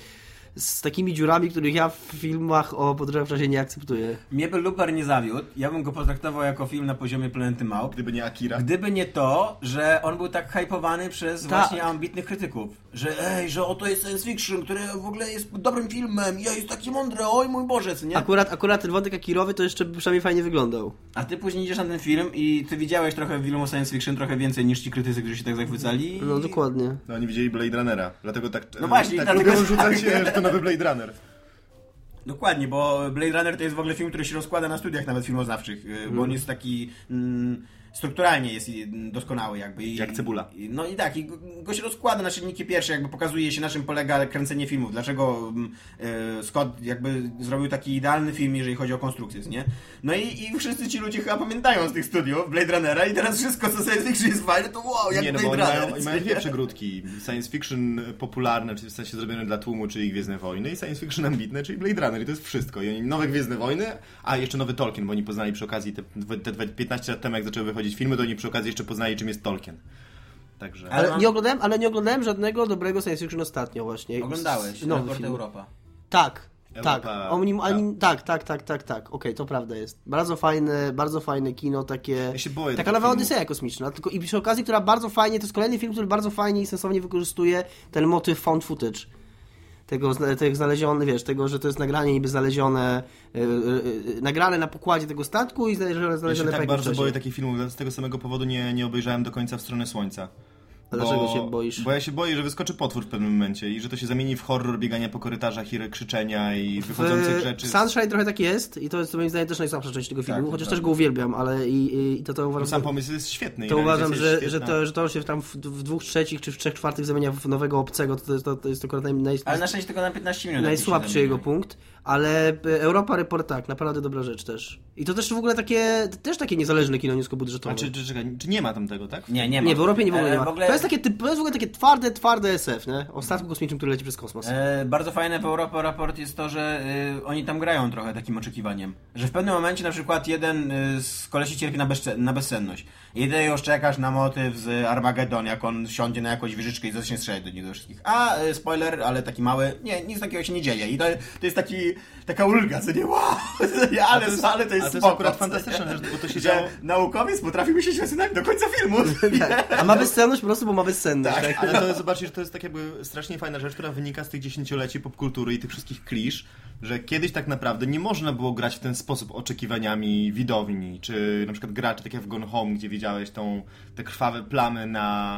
z takimi dziurami, których ja w filmach o podróżach w czasie nie akceptuję. Mnie by Looper nie zawiódł. Ja bym go potraktował jako film na poziomie Planety Małp. Gdyby nie Akira. Gdyby nie to, że on był tak hypowany przez tak. właśnie ambitnych krytyków. Że ej, że oto jest science fiction, który w ogóle jest dobrym filmem. Ja jest taki mądry, oj mój Boże, co nie? Akurat, akurat ten wątek Akirowy to jeszcze przynajmniej fajnie wyglądał. A ty później idziesz na ten film i ty widziałeś trochę filmu science fiction, trochę więcej niż ci krytycy, którzy się tak zachwycali. No dokładnie. No oni widzieli Blade Runnera, dlatego tak, no właśnie, tak dlatego lubią rzucać się, że to nowy Blade Runner. Dokładnie, bo Blade Runner to jest w ogóle film, który się rozkłada na studiach nawet filmoznawczych, mm. bo on jest taki... Mm, strukturalnie jest doskonały jakby. I, jak cebula. I, no i tak, i go, go się rozkłada na czynniki pierwsze, jakby pokazuje się, na czym polega kręcenie filmów. Dlaczego y, Scott jakby zrobił taki idealny film, jeżeli chodzi o konstrukcję, nie? No i, i wszyscy ci ludzie chyba pamiętają z tych studiów Blade Runnera i teraz wszystko, co science fiction jest fajne, to wow, jak nie, no Blade bo Runner. Mają, mają dwie przegródki. Science fiction popularne, czyli w sensie zrobione dla tłumu, czyli Gwiezdne Wojny, i science fiction ambitne, czyli Blade Runner, i to jest wszystko. I oni nowe Gwiezdne Wojny, a jeszcze nowy Tolkien, bo oni poznali przy okazji te, te piętnaście lat temu, jak zaczęły wychodzić filmy, to oni przy okazji jeszcze poznali, czym jest Tolkien. Także... Ale, ale, nie oglądałem, ale nie oglądałem żadnego dobrego science fiction ostatnio właśnie. Oglądałeś? Raport Europa. Tak, Europa, tak. O nim, ani, tak, tak, tak, tak, tak. Okej, okay, to prawda jest. Bardzo fajne, bardzo fajne kino, takie... Ja się boję taka nowa Odyseja kosmiczna. Tylko i przy okazji, która bardzo fajnie, to jest kolejny film, który bardzo fajnie i sensownie wykorzystuje ten motyw found footage. Tego, tego znalezione, wiesz, tego, że to jest nagranie niby znalezione, yy, yy, nagrane na pokładzie tego statku i znalezione, znalezione ja się tak bardzo boję takich filmów, z tego samego powodu nie, nie obejrzałem do końca W stronę Słońca. A dlaczego się boisz? Bo ja się boję, że wyskoczy potwór w pewnym momencie i że to się zamieni w horror biegania po korytarzach i krzyczenia i wychodzących w rzeczy. W Sunshine trochę tak jest i to jest moim zdaniem też najsłabsza część tego filmu, tak, chociaż też go uwielbiam, ale i, i to, to uważam... Sam pomysł jest świetny. To uważam, że, że, to, że to się tam w, w dwóch trzecich czy w trzech czwartych zamienia w nowego obcego, to, to, to jest to naj, naj, ale na szczęście tylko na piętnaście minut. Najsłabszy jego punkt, ale Europa Report tak, naprawdę dobra rzecz też. I to też w ogóle takie, też takie niezależne kino niskobudżetowe. A czy, czy, czy, czy nie ma tam tego, tak? Nie, nie ma. Nie, w Europie nie w ogóle nie ma. W ogóle... To jest takie, to jest w ogóle takie twarde, twarde S F, nie? O statku kosmicznym, który leci przez kosmos. E, bardzo fajne w Europa Report jest to, że y, oni tam grają trochę takim oczekiwaniem. Że w pewnym momencie na przykład jeden y, z kolesi cierpi na, bezce- na bezsenność. I ty już czekasz na motyw z Armageddon, jak on wsiądzie na jakąś wieżyczkę i zacznie strzelać do niego wszystkich. A, y, spoiler, ale taki mały, nie, nic takiego się nie dzieje. I to, to jest taki, taka ulga, co nie, wow, ale, to jest, ale to jest, a to jest spoko, akurat fantastyczne, że bo to się że działo... naukowiec potrafi myśleć fascynami do końca filmu. Tak. A ma bezsenność po prostu, bo ma bezsenność. Tak, ale to zobaczcie, że to jest tak jakby strasznie fajna rzecz, która wynika z tych dziesięcioleci popkultury i tych wszystkich klisz, że kiedyś tak naprawdę nie można było grać w ten sposób oczekiwaniami widowni, czy na przykład gracze, tak jak w Gone Home, gdzie widziałeś tą, te krwawe plamy na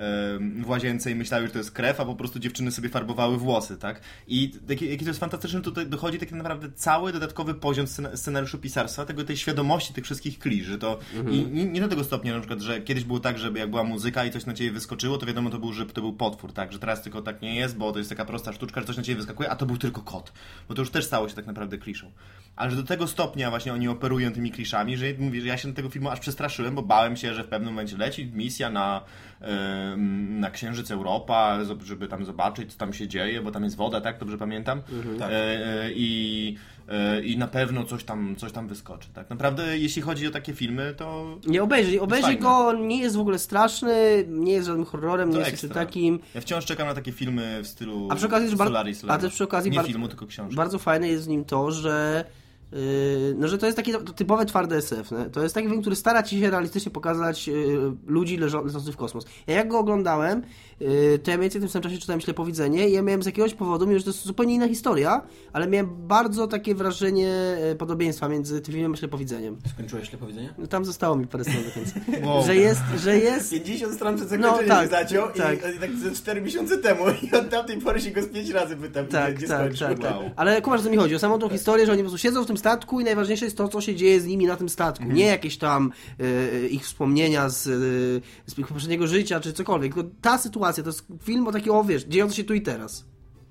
w łazience i myślały, że to jest krew, a po prostu dziewczyny sobie farbowały włosy, tak? I jaki, jaki to jest fantastyczne, tutaj dochodzi tak naprawdę cały dodatkowy poziom scenariuszu pisarstwa, tego, tej świadomości tych wszystkich klisz, że to mhm. i nie, nie do tego stopnia na przykład, że kiedyś było tak, żeby jak była muzyka i coś na ciebie wyskoczyło, to wiadomo to był, że to był potwór, tak? Że teraz tylko tak nie jest, bo to jest taka prosta sztuczka, że coś na ciebie wyskakuje, a to był tylko kot. Bo to już też stało się tak naprawdę kliszą. Ale że do tego stopnia właśnie oni operują tymi kliszami, że mówię, że ja się do tego filmu aż przestraszyłem, bo bałem się, że w pewnym momencie leci misja na yy, na Księżyc Europa, żeby tam zobaczyć, co tam się dzieje, bo tam jest woda, tak? Dobrze pamiętam? Mhm, tak. E, i, e, I na pewno coś tam, coś tam wyskoczy. Tak naprawdę, jeśli chodzi o takie filmy, to... Nie obejrzyj, obejrzyj go, nie jest w ogóle straszny, nie jest żadnym horrorem, To nie jest ekstra. jeszcze takim... Ja wciąż czekam na takie filmy w stylu A przy okazji też bar- Solaris. a też przy okazji nie bar- filmu, tylko książki. Bardzo fajne jest w nim to, że yy, no, że to jest takie typowe twarde S F. Nie? To jest taki film, który stara ci się realistycznie pokazać yy, ludzi leżą- lecących w kosmos. Ja jak go oglądałem, yy, to ja mniej więcej w tym samym czasie czytałem Ślepowidzenie i ja miałem z jakiegoś powodu, mimo że to jest zupełnie inna historia, ale miałem bardzo takie wrażenie yy, podobieństwa między tym filmem a Ślepowidzeniem. Skończyłeś Ślepowidzenie? No, tam zostało mi parę stron do końca. Wow. Że jest, że jest... pięćdziesiąt stron przed zakończeniem zakończeniem No, tak, się zaciął tak. i tak ze cztery miesiące temu i od tamtej pory się go z pięć razy pytam, Tak, gdzie tak, skończył. tak, tak. Wow. Ale kumasz, co mi chodzi? O samą tą historię, że oni po prostu siedzą w tym statku i najważniejsze jest to, co się dzieje z nimi na tym statku. Mhm. Nie jakieś tam e, ich wspomnienia z, e, z ich poprzedniego życia, czy cokolwiek. Tylko ta sytuacja, to jest film o taki, o wiesz, dziejący się tu i teraz.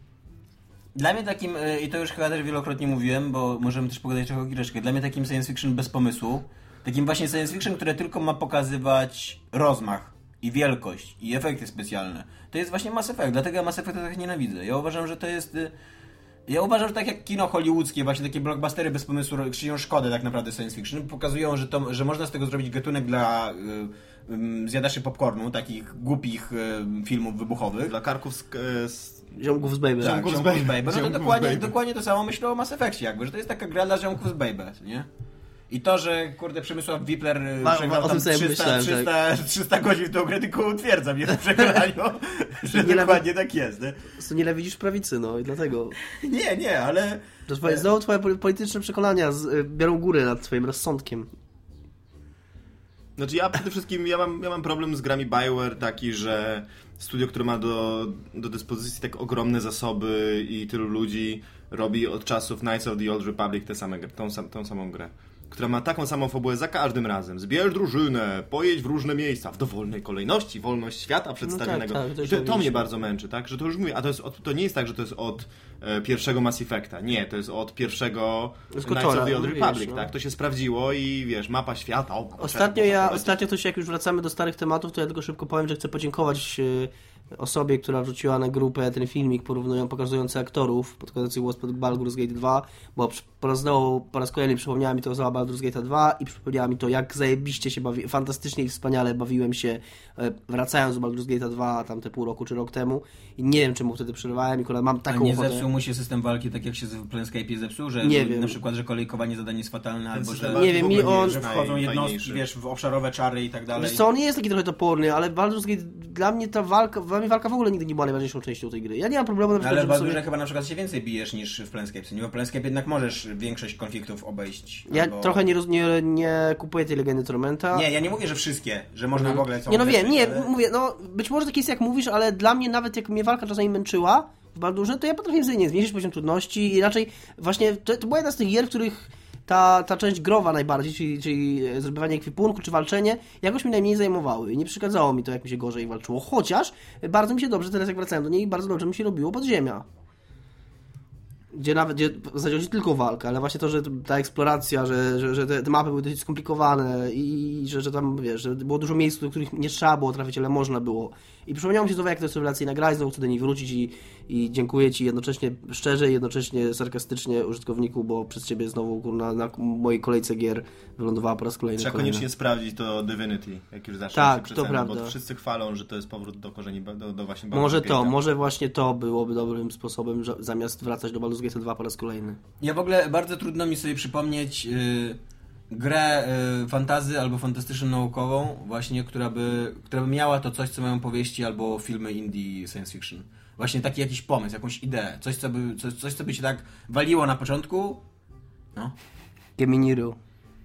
Dla mnie takim, y, i to już chyba też wielokrotnie mówiłem, bo możemy też pogadać trochę o Gireczkę, dla mnie takim science fiction bez pomysłu, takim właśnie science fiction, które tylko ma pokazywać rozmach i wielkość i efekty specjalne, to jest właśnie Mass Effect, dlatego ja Mass Effect tak nienawidzę. Ja uważam, że to jest... Y, Ja uważam, że tak jak kino hollywoodzkie, właśnie takie blockbustery bez pomysłu czynią szkodę tak naprawdę science fiction, pokazują, że, to, że można z tego zrobić gatunek dla y, y, zjadaczy popcornu, takich głupich y, filmów wybuchowych. Dla karków z... z... Ziomków z Baby. Tak, Ziomków z ziomków z Baby. Baby. No to Ziomków z dokładnie, Baby. dokładnie to samo myślę o Mass Effectie jakby, że to jest taka gra dla ziomków z Baby, nie? I to, że kurde Przemysław Wipler Ma- przegrał o tym tam sobie trzysta, myślałem, trzysta, trzysta godzin w tą grę, tylko utwierdza mnie w przekonaniu, że Nie dokładnie tak jest. Nie? To nienawidzisz prawicy, no i dlatego. nie, nie, ale... To twoje, znowu twoje poli- polityczne przekonania z, y, biorą górę nad twoim rozsądkiem. Znaczy ja przede wszystkim, ja mam, ja mam problem z grami BioWare taki, że studio, które ma do, do dyspozycji tak ogromne zasoby i tylu ludzi, robi od czasów Knights of the Old Republic tę, same, tą, sam, tą samą grę, która ma taką samą fabułę za każdym razem. Zbierz drużynę, pojedź w różne miejsca, w dowolnej kolejności, wolność świata przedstawionego. No tak, tak, to już I to, to mnie mówiliśmy. bardzo męczy, tak? Że to już mówię, a to, jest od, to nie jest tak, że to jest od e, pierwszego Mass Effecta. Nie, to jest od pierwszego Z Knights Kotora, of the Old no Republic, wiesz, no. tak? To się sprawdziło i wiesz, mapa świata. O, kurczę, Ostatnio można ja, polecieć. ostatnio to się, jak już wracamy do starych tematów, to ja tylko szybko powiem, że chcę podziękować e, osobie, która wrzuciła na grupę ten filmik porównują, pokazujący aktorów podkładający głos pod Baldur's Gate dwa, bo przy- po raz, znowu, po raz kolejny przypomniała mi to za Baldur's Gate dwa i przypomniała mi to, jak zajebiście się bawi, fantastycznie i wspaniale bawiłem się e, wracając do Baldur's Gate dwa tam te pół roku czy rok temu i nie wiem, czemu wtedy przerywałem i mam A taką nie ochotę. zepsuł mu się system walki, tak jak się w Planescape'ie zepsuł, że Nie że wiem. na przykład, że kolejkowanie zadań jest fatalne, albo system że, walki Nie wiem, w ogóle mi on- że wchodzą jednostki, najfajniejszy. wiesz, w obszarowe czary i tak dalej. Wiesz co, on nie jest taki trochę toporny, ale Baldur's Gate, dla mnie ta walka, dla mnie walka w ogóle nigdy nie była najważniejszą częścią tej gry. Ja nie mam problemu na przykład, Ale w żeby Baldurze sobie... chyba na przykład się więcej bijesz niż w Planescape, nie? Bo w Planescape jednak możesz większość konfliktów obejść. Ja albo... trochę nie, roz, nie, nie kupuję tej legendy Tormenta. Nie, ja nie mówię, że wszystkie, że można w ogóle całą Nie, no grę wiem, nie, przejść, ale- mówię, no być może tak jest jak mówisz, ale dla mnie nawet jak mnie walka czasami męczyła w Baldurze, to ja potrafię sobie nie zmniejszyć poziom trudności i raczej właśnie to, to była jedna z tych gier, w których ta, ta część growa najbardziej, czyli, czyli zdobywanie ekwipunku czy walczenie, jakoś mi najmniej zajmowały i nie przeszkadzało mi to, jak mi się gorzej walczyło, chociaż bardzo mi się dobrze, teraz jak wracałem do niej, bardzo dobrze mi się robiło podziemia. Gdzie nawet, gdzie w zasadzie chodzi tylko o walkę, ale właśnie to, że ta eksploracja, że, że, że te, te mapy były dosyć skomplikowane i że, że tam, wiesz, że było dużo miejsc, do których nie trzeba było trafić, ale można było. I przypomniało mi się znowu, jak to jest rewelacyjna gra i znowu chcę do niej wrócić i, i dziękuję Ci jednocześnie szczerze i jednocześnie sarkastycznie użytkowniku, bo przez Ciebie znowu na, na mojej kolejce gier wylądowała po raz kolejny Trzeba kolejna. koniecznie sprawdzić to Divinity, jak już zacznie Tak, się to przedstawiać, prawda. bo wszyscy chwalą, że to jest powrót do korzeni, do, do właśnie Może Baldur's to, Gate'a. może właśnie to byłoby dobrym sposobem, że, zamiast wracać do Baldur's Gate dwa po raz kolejny. Ja w ogóle bardzo trudno mi sobie przypomnieć yy, grę yy, fantazy albo fantastyczną naukową właśnie, która by, która by miała to coś, co mają powieści albo filmy indie science fiction. Właśnie taki jakiś pomysł, jakąś ideę, coś, co by, coś, coś, co by się tak waliło na początku. No. Geminiru.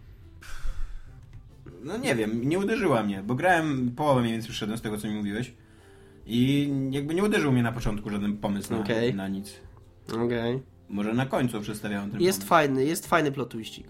No nie wiem, nie uderzyła mnie, bo grałem, połowę mniej więcej przyszedłem z tego, co mi mówiłeś i jakby nie uderzył mnie na początku żaden pomysł na, Okej. na nic. Okej. Okay. Może na końcu przedstawiałem ten Jest pomysł. fajny, jest fajny plot twistik.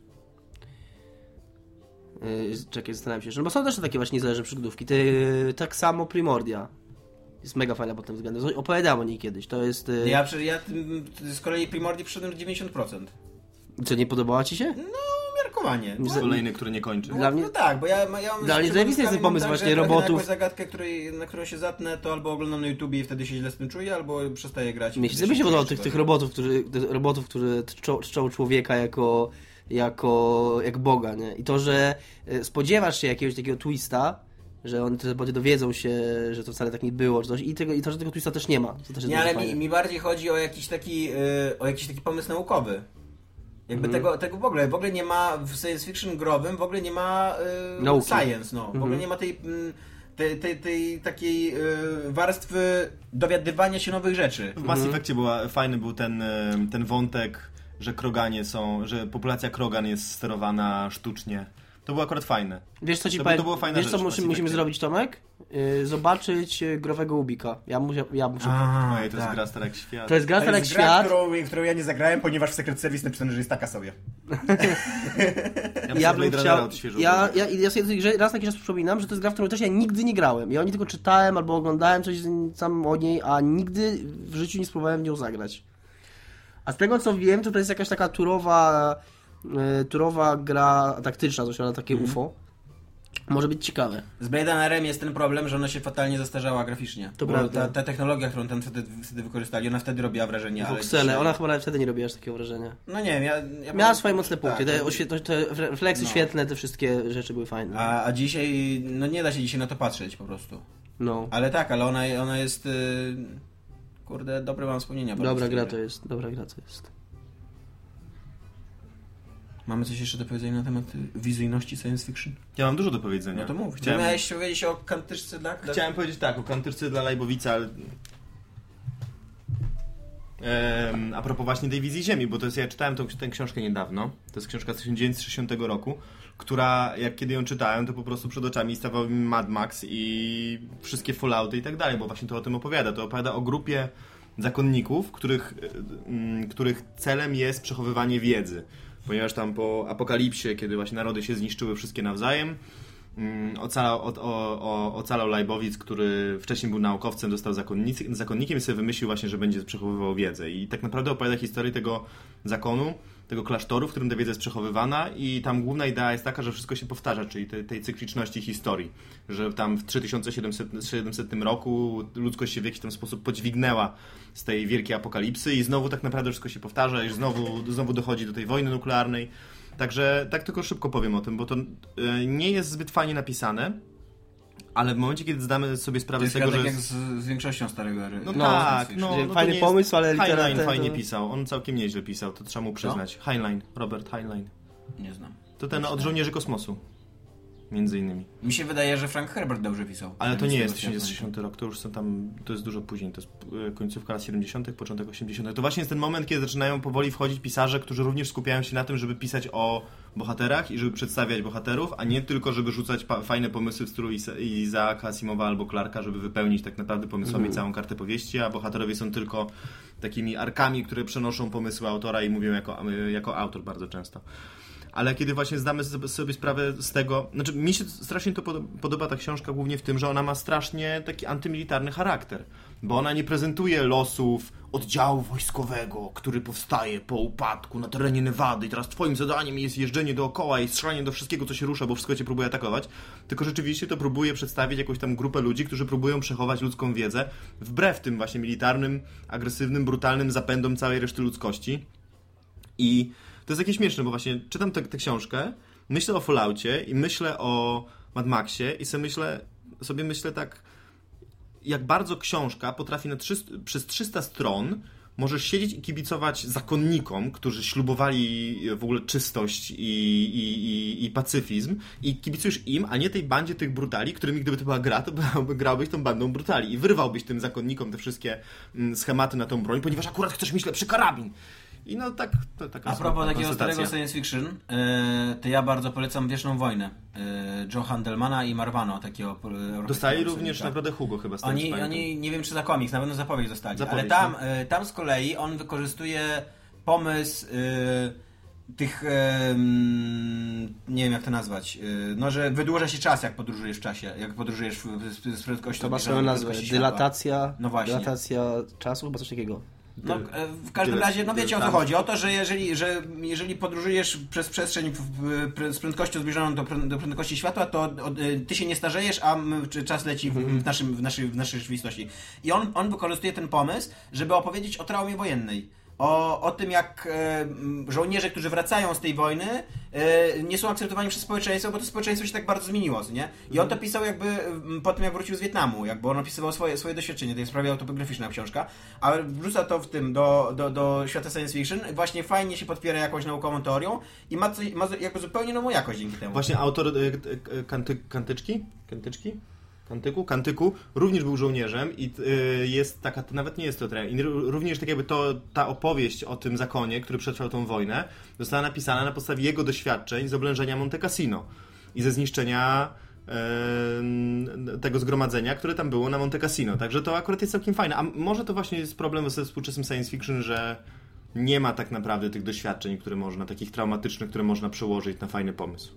Yy, czekaj, zastanawiam się, że- bo są też takie właśnie niezależne przygodówki. Ty, tak samo Primordia. Jest mega fajna pod tym względem. Opowiadałem o niej kiedyś. To jest... Yy... Ja, ja tym- z kolei Primordii przyszedłem do dziewięćdziesiąt procent. Co, nie podobała Ci się? No, zdecydowanie. Z- Kolejny, który nie kończy. Dla mnie- No tak, bo ja, ja mam... Dla mnie zajebisty jest ten pomysł tak, właśnie że robotów. Na jakąś zagadkę, której, na którą się zatnę, to albo oglądam na YouTubie i wtedy się źle z tym czuję, albo przestaję grać. Mnie się Wtedy zajebiście podobało czuję tych, tych gorzej. robotów, którzy, tych robotów, którzy czczą, czczą człowieka jako, jako jak Boga, nie? I to, że e, spodziewasz się jakiegoś takiego twista, że oni te roboty dowiedzą się, że to wcale tak nie było, czy coś, i, tego, i to, że tego twista też nie ma. To też jest Nie, bardzo ale fajne. mi, mi bardziej chodzi o jakiś taki, yy, o jakiś taki pomysł naukowy. Jakby Mhm. tego, tego w ogóle, w ogóle nie ma w science fiction growym, w ogóle nie ma yy, Nauki. science, no. W ogóle Mhm. nie ma tej, mm, tej, tej, tej takiej yy, warstwy dowiadywania się nowych rzeczy. W Mass Effectie była, fajny był ten, e, ten wątek, że kroganie są, że populacja krogan jest sterowana sztucznie. To było akurat fajne. Wiesz co ci To by- powiem? to była fajna Wiesz rzecz co w musimy, Mass musimy Effectie. zrobić, Tomek? Yy, zobaczyć yy, growego Ubika. Ja muszę... Ja muszę... A, Ojej, to jest gra stara jak świat. To jest gra To stara jak jest gra, świat. którą, którą ja nie zagrałem, ponieważ w Secret Service napisano, że jest taka sobie. Ja, Ja bym bym Blade chciał... Runnera odświeżył. Ja, ja, ja sobie że raz na jakiś czas przypominam, że to jest gra, w którą też ja nigdy nie grałem. Ja o niej tylko czytałem albo oglądałem coś z- sam o niej, a nigdy w życiu nie spróbowałem w nią zagrać. A z tego co wiem, to to jest jakaś taka turowa, y, turowa gra taktyczna, coś na takie U F O. Może być ciekawe. Z Blade Runnerem jest ten problem, że ona się fatalnie zestarzała graficznie. To Bo prawda. Ta, ta technologia, którą tam wtedy, wtedy wykorzystali, ona wtedy robiła wrażenie, ale Voxele, dzisiaj- ona chyba nawet wtedy nie robiła aż takiego wrażenia. No nie wiem, ja... ja Miała mam- swoje mocne punkty, tak, te, oświe- te refleksy No. świetlne, te wszystkie rzeczy były fajne. A, a dzisiaj, no nie da się dzisiaj na to patrzeć po prostu. No. Ale tak, ale ona, ona jest... Yy... Kurde, dobre mam wspomnienia. bardzo Dobra z tej gra gry. to jest, dobra gra to jest. Mamy coś jeszcze do powiedzenia na temat y, wizyjności science fiction? Ja mam dużo do powiedzenia. No to mów. Chciałem, Chciałem... Miałeś powiedzieć o kantyczce dla... dla... chciałem powiedzieć tak, o kantyczce dla Lajbowica, ale... Ehm, a propos właśnie tej wizji Ziemi, bo to jest, ja czytałem tą, tę książkę niedawno, to jest książka z tysiąc dziewięćset sześćdziesiątego roku, która, jak kiedy ją czytałem, to po prostu przed oczami stawał mi Mad Max i wszystkie Fallouty i tak dalej, bo właśnie to o tym opowiada. To opowiada o grupie zakonników, których, mm, których celem jest przechowywanie wiedzy. Ponieważ tam po apokalipsie, kiedy właśnie narody się zniszczyły wszystkie nawzajem, mm, ocalał, o, o, o, ocalał Lajbowic, który wcześniej był naukowcem, został zakonnic- zakonnikiem i sobie wymyślił właśnie, że będzie przechowywał wiedzę. I tak naprawdę opowiada historię tego zakonu, tego klasztoru, w którym ta wiedza jest przechowywana i tam główna idea jest taka, że wszystko się powtarza, czyli tej, tej cykliczności historii. Że tam w trzy tysiące siedemsetnym roku ludzkość się w jakiś tam sposób podźwignęła z tej wielkiej apokalipsy i znowu tak naprawdę wszystko się powtarza i znowu, znowu dochodzi do tej wojny nuklearnej. Także tak tylko szybko powiem o tym, bo to y, nie jest zbyt fajnie napisane, ale w momencie, kiedy zdamy sobie To sprawę jest z tego, tak że... jak z, z większością starego... No, No, tak, science no, fiction. no to Fajny nie pomysł, ale Heinlein literatura fajnie to- pisał, on całkiem nieźle pisał, to trzeba mu przyznać. Heinlein, Robert Heinlein. Nie znam. To ten od żołnierzy kosmosu, między innymi. Mi się wydaje, że Frank Herbert dobrze pisał. Ale to nie jest tysiąc tysiąc dziewięćset dziewięćset sześćdziesiąty rok, to już są tam, to jest dużo później, to jest y, końcówka lat siedemdziesiątych, początek osiemdziesiątych. To właśnie jest ten moment, kiedy zaczynają powoli wchodzić pisarze, którzy również skupiają się na tym, żeby pisać o bohaterach i żeby przedstawiać bohaterów, a nie tylko, żeby rzucać pa- fajne pomysły w stylu Isa- Izaaka Asimowa albo Clarka, żeby wypełnić tak naprawdę pomysłami Mhm. całą kartę powieści, a bohaterowie są tylko takimi arkami, które przenoszą pomysły autora i mówią jako, jako autor bardzo często. Ale kiedy właśnie zdamy sobie sprawę z tego, znaczy mi się strasznie to podoba ta książka głównie w tym, że ona ma strasznie taki antymilitarny charakter, bo ona nie prezentuje losów oddziału wojskowego, który powstaje po upadku na terenie Nevady i teraz twoim zadaniem jest jeżdżenie dookoła i strzelanie do wszystkiego, co się rusza, bo wszystko cię próbuje atakować, tylko rzeczywiście to próbuje przedstawić jakąś tam grupę ludzi, którzy próbują przechować ludzką wiedzę wbrew tym właśnie militarnym, agresywnym, brutalnym zapędom całej reszty ludzkości. I to jest jakieś śmieszne, bo właśnie czytam tę książkę, myślę o Falloutie i myślę o Mad Maxie i sobie myślę, sobie myślę tak, jak bardzo książka potrafi na trzysta, przez trzysta stron możesz siedzieć i kibicować zakonnikom, którzy ślubowali w ogóle czystość i, i, i, i pacyfizm i kibicujesz im, a nie tej bandzie tych brutali, którymi gdyby to była gra, to grałbyś tą bandą brutali i wyrwałbyś tym zakonnikom te wszystkie schematy na tą broń, ponieważ akurat chcesz mieć lepszy karabin. I no tak, to taka A propos takiego konstatacja. starego science fiction, yy, to ja bardzo polecam Wieczną Wojnę. Yy, Joe Handelmana i Marvano, takiego europejskiego Dostali również piosennika. naprawdę Hugo chyba z tego, Oni, co pamiętam. oni, nie wiem czy za komiks, na pewno zapowiedź dostali, Zapowiedź, ale tam, no. yy, tam z kolei on wykorzystuje pomysł yy, tych, yy, nie wiem jak to nazwać, yy, no że wydłuża się czas jak podróżujesz w czasie, jak podróżujesz w, z, z prędkością To ma zbliżoną swoją do nazwę. prędkości światła. Dylatacja, No właśnie. dylatacja czasu, chyba coś takiego. No, w każdym tyle- razie, no wiecie o co tam- chodzi. O to, że jeżeli, że jeżeli podróżujesz przez przestrzeń w, w, z prędkością zbliżoną do, prę- do prędkości światła, to od, od, ty się nie starzejesz, a m, czy czas leci w, w, naszym, w, naszej, w naszej rzeczywistości. I on, on wykorzystuje ten pomysł, żeby opowiedzieć o traumie wojennej. O, o tym, jak e, żołnierze, którzy wracają z tej wojny, e, nie są akceptowani przez społeczeństwo, bo to społeczeństwo się tak bardzo zmieniło, co nie? I on to pisał jakby m, po tym, jak wrócił z Wietnamu, jakby on opisywał swoje, swoje doświadczenie, to jest prawie autobiograficzna książka, ale wrzuca to w tym do, do, do świata science fiction, właśnie fajnie się podpiera jakąś naukową teorią i ma, coś, ma jakby zupełnie nową jakość dzięki temu. Właśnie autor y, y, kanty, Kantyczki? Kantyczki? Kantyku? Kantyku również był żołnierzem i y, jest taka, to nawet nie jest to trening, i również tak jakby to, ta opowieść o tym zakonie, który przetrwał tą wojnę, została napisana na podstawie jego doświadczeń z oblężenia Monte Cassino i ze zniszczenia y, tego zgromadzenia, które tam było na Monte Cassino. Także to akurat jest całkiem fajne. A może to właśnie jest problem ze współczesnym science fiction, że nie ma tak naprawdę tych doświadczeń, które można, takich traumatycznych, które można przełożyć na fajny pomysł.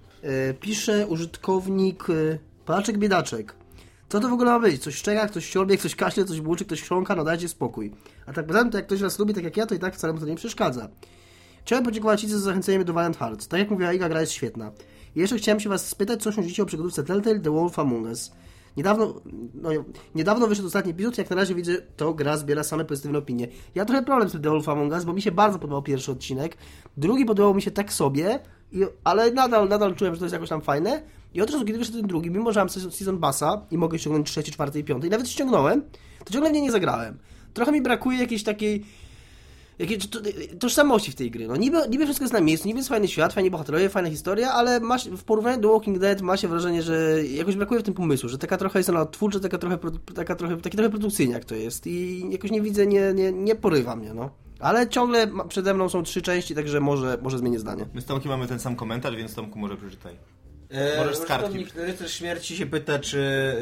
E, pisze użytkownik e, Palaczek Biedaczek. Co to w ogóle ma być? Coś szczeka, ktoś siorbie, ktoś kaśle, coś błuczy, ktoś chrząka, no dajcie spokój. A tak poza tym, to jak ktoś was lubi tak jak ja, to i tak wcale mu to nie przeszkadza. Chciałem podziękować Izy za zachęcenie mnie do Valiant Hearts. Tak jak mówiła Iga, gra jest świetna. I jeszcze chciałem się was spytać, co sądzicie o przygodówce Telltale The Wolf Among Us. Niedawno, no, niedawno wyszedł ostatni epizod, jak na razie widzę, to gra zbiera same pozytywne opinie. Ja trochę problem z The Wolf Among Us, bo mi się bardzo podobał pierwszy odcinek, drugi podobał mi się tak sobie, i, ale nadal, nadal czułem, że to jest jakoś tam fajne. I od razu, kiedy wyszedł ten drugi, mimo że mam Season Passa i mogę ściągnąć trzeci, czwarty i piąty, i nawet ściągnąłem, to ciągle w nie nie zagrałem. Trochę mi brakuje jakiejś takiej jakiej to, tożsamości w tej gry. No niby, niby wszystko jest na miejscu, niby jest fajny świat, fajni bohaterowie, fajna historia, ale ma się, w porównaniu do Walking Dead ma się wrażenie, że jakoś brakuje w tym pomysłu, że taka trochę jest ona odtwórcza, taka trochę, taka trochę, taki trochę produkcyjny jak to jest i jakoś nie widzę, nie, nie, nie porywa mnie, no. Ale ciągle przede mną są trzy części, także może, może zmienię zdanie. My z Tomkiem mamy ten sam komentarz, więc Tomku może przeczytaj. Eee, Możesz z kartki. użytkownik Rycerz Śmierci się pyta, czy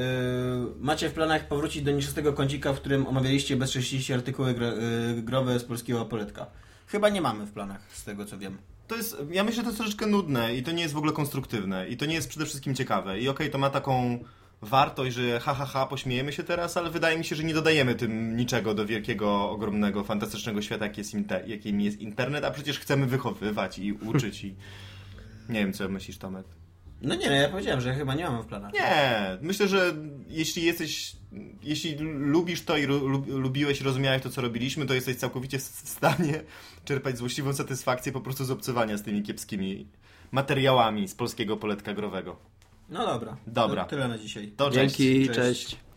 yy, macie w planach powrócić do nieczystego kącika, w którym omawialiście beztrzeźwieści artykuły gro, yy, growe z polskiego poletka. Chyba nie mamy w planach, z tego co wiem. To jest, ja myślę, że to jest troszeczkę nudne i to nie jest w ogóle konstruktywne i to nie jest przede wszystkim ciekawe. I okej, okay, to ma taką wartość, że ha, ha, ha, pośmiejemy się teraz, ale wydaje mi się, że nie dodajemy tym niczego do wielkiego, ogromnego, fantastycznego świata, jak jest inter- jakim jest internet, a przecież chcemy wychowywać i uczyć i... Nie wiem, co myślisz, Tomek? No nie, ja powiedziałem, że chyba nie mamy w planach. Nie, myślę, że jeśli jesteś, jeśli lubisz to i lu- lubiłeś i rozumiałeś to, co robiliśmy, to jesteś całkowicie w stanie czerpać złośliwą satysfakcję po prostu z obcowania z tymi kiepskimi materiałami z polskiego poletka growego. No dobra. Dobra. To tyle na dzisiaj. To cześć. Dzięki, Cześć. cześć.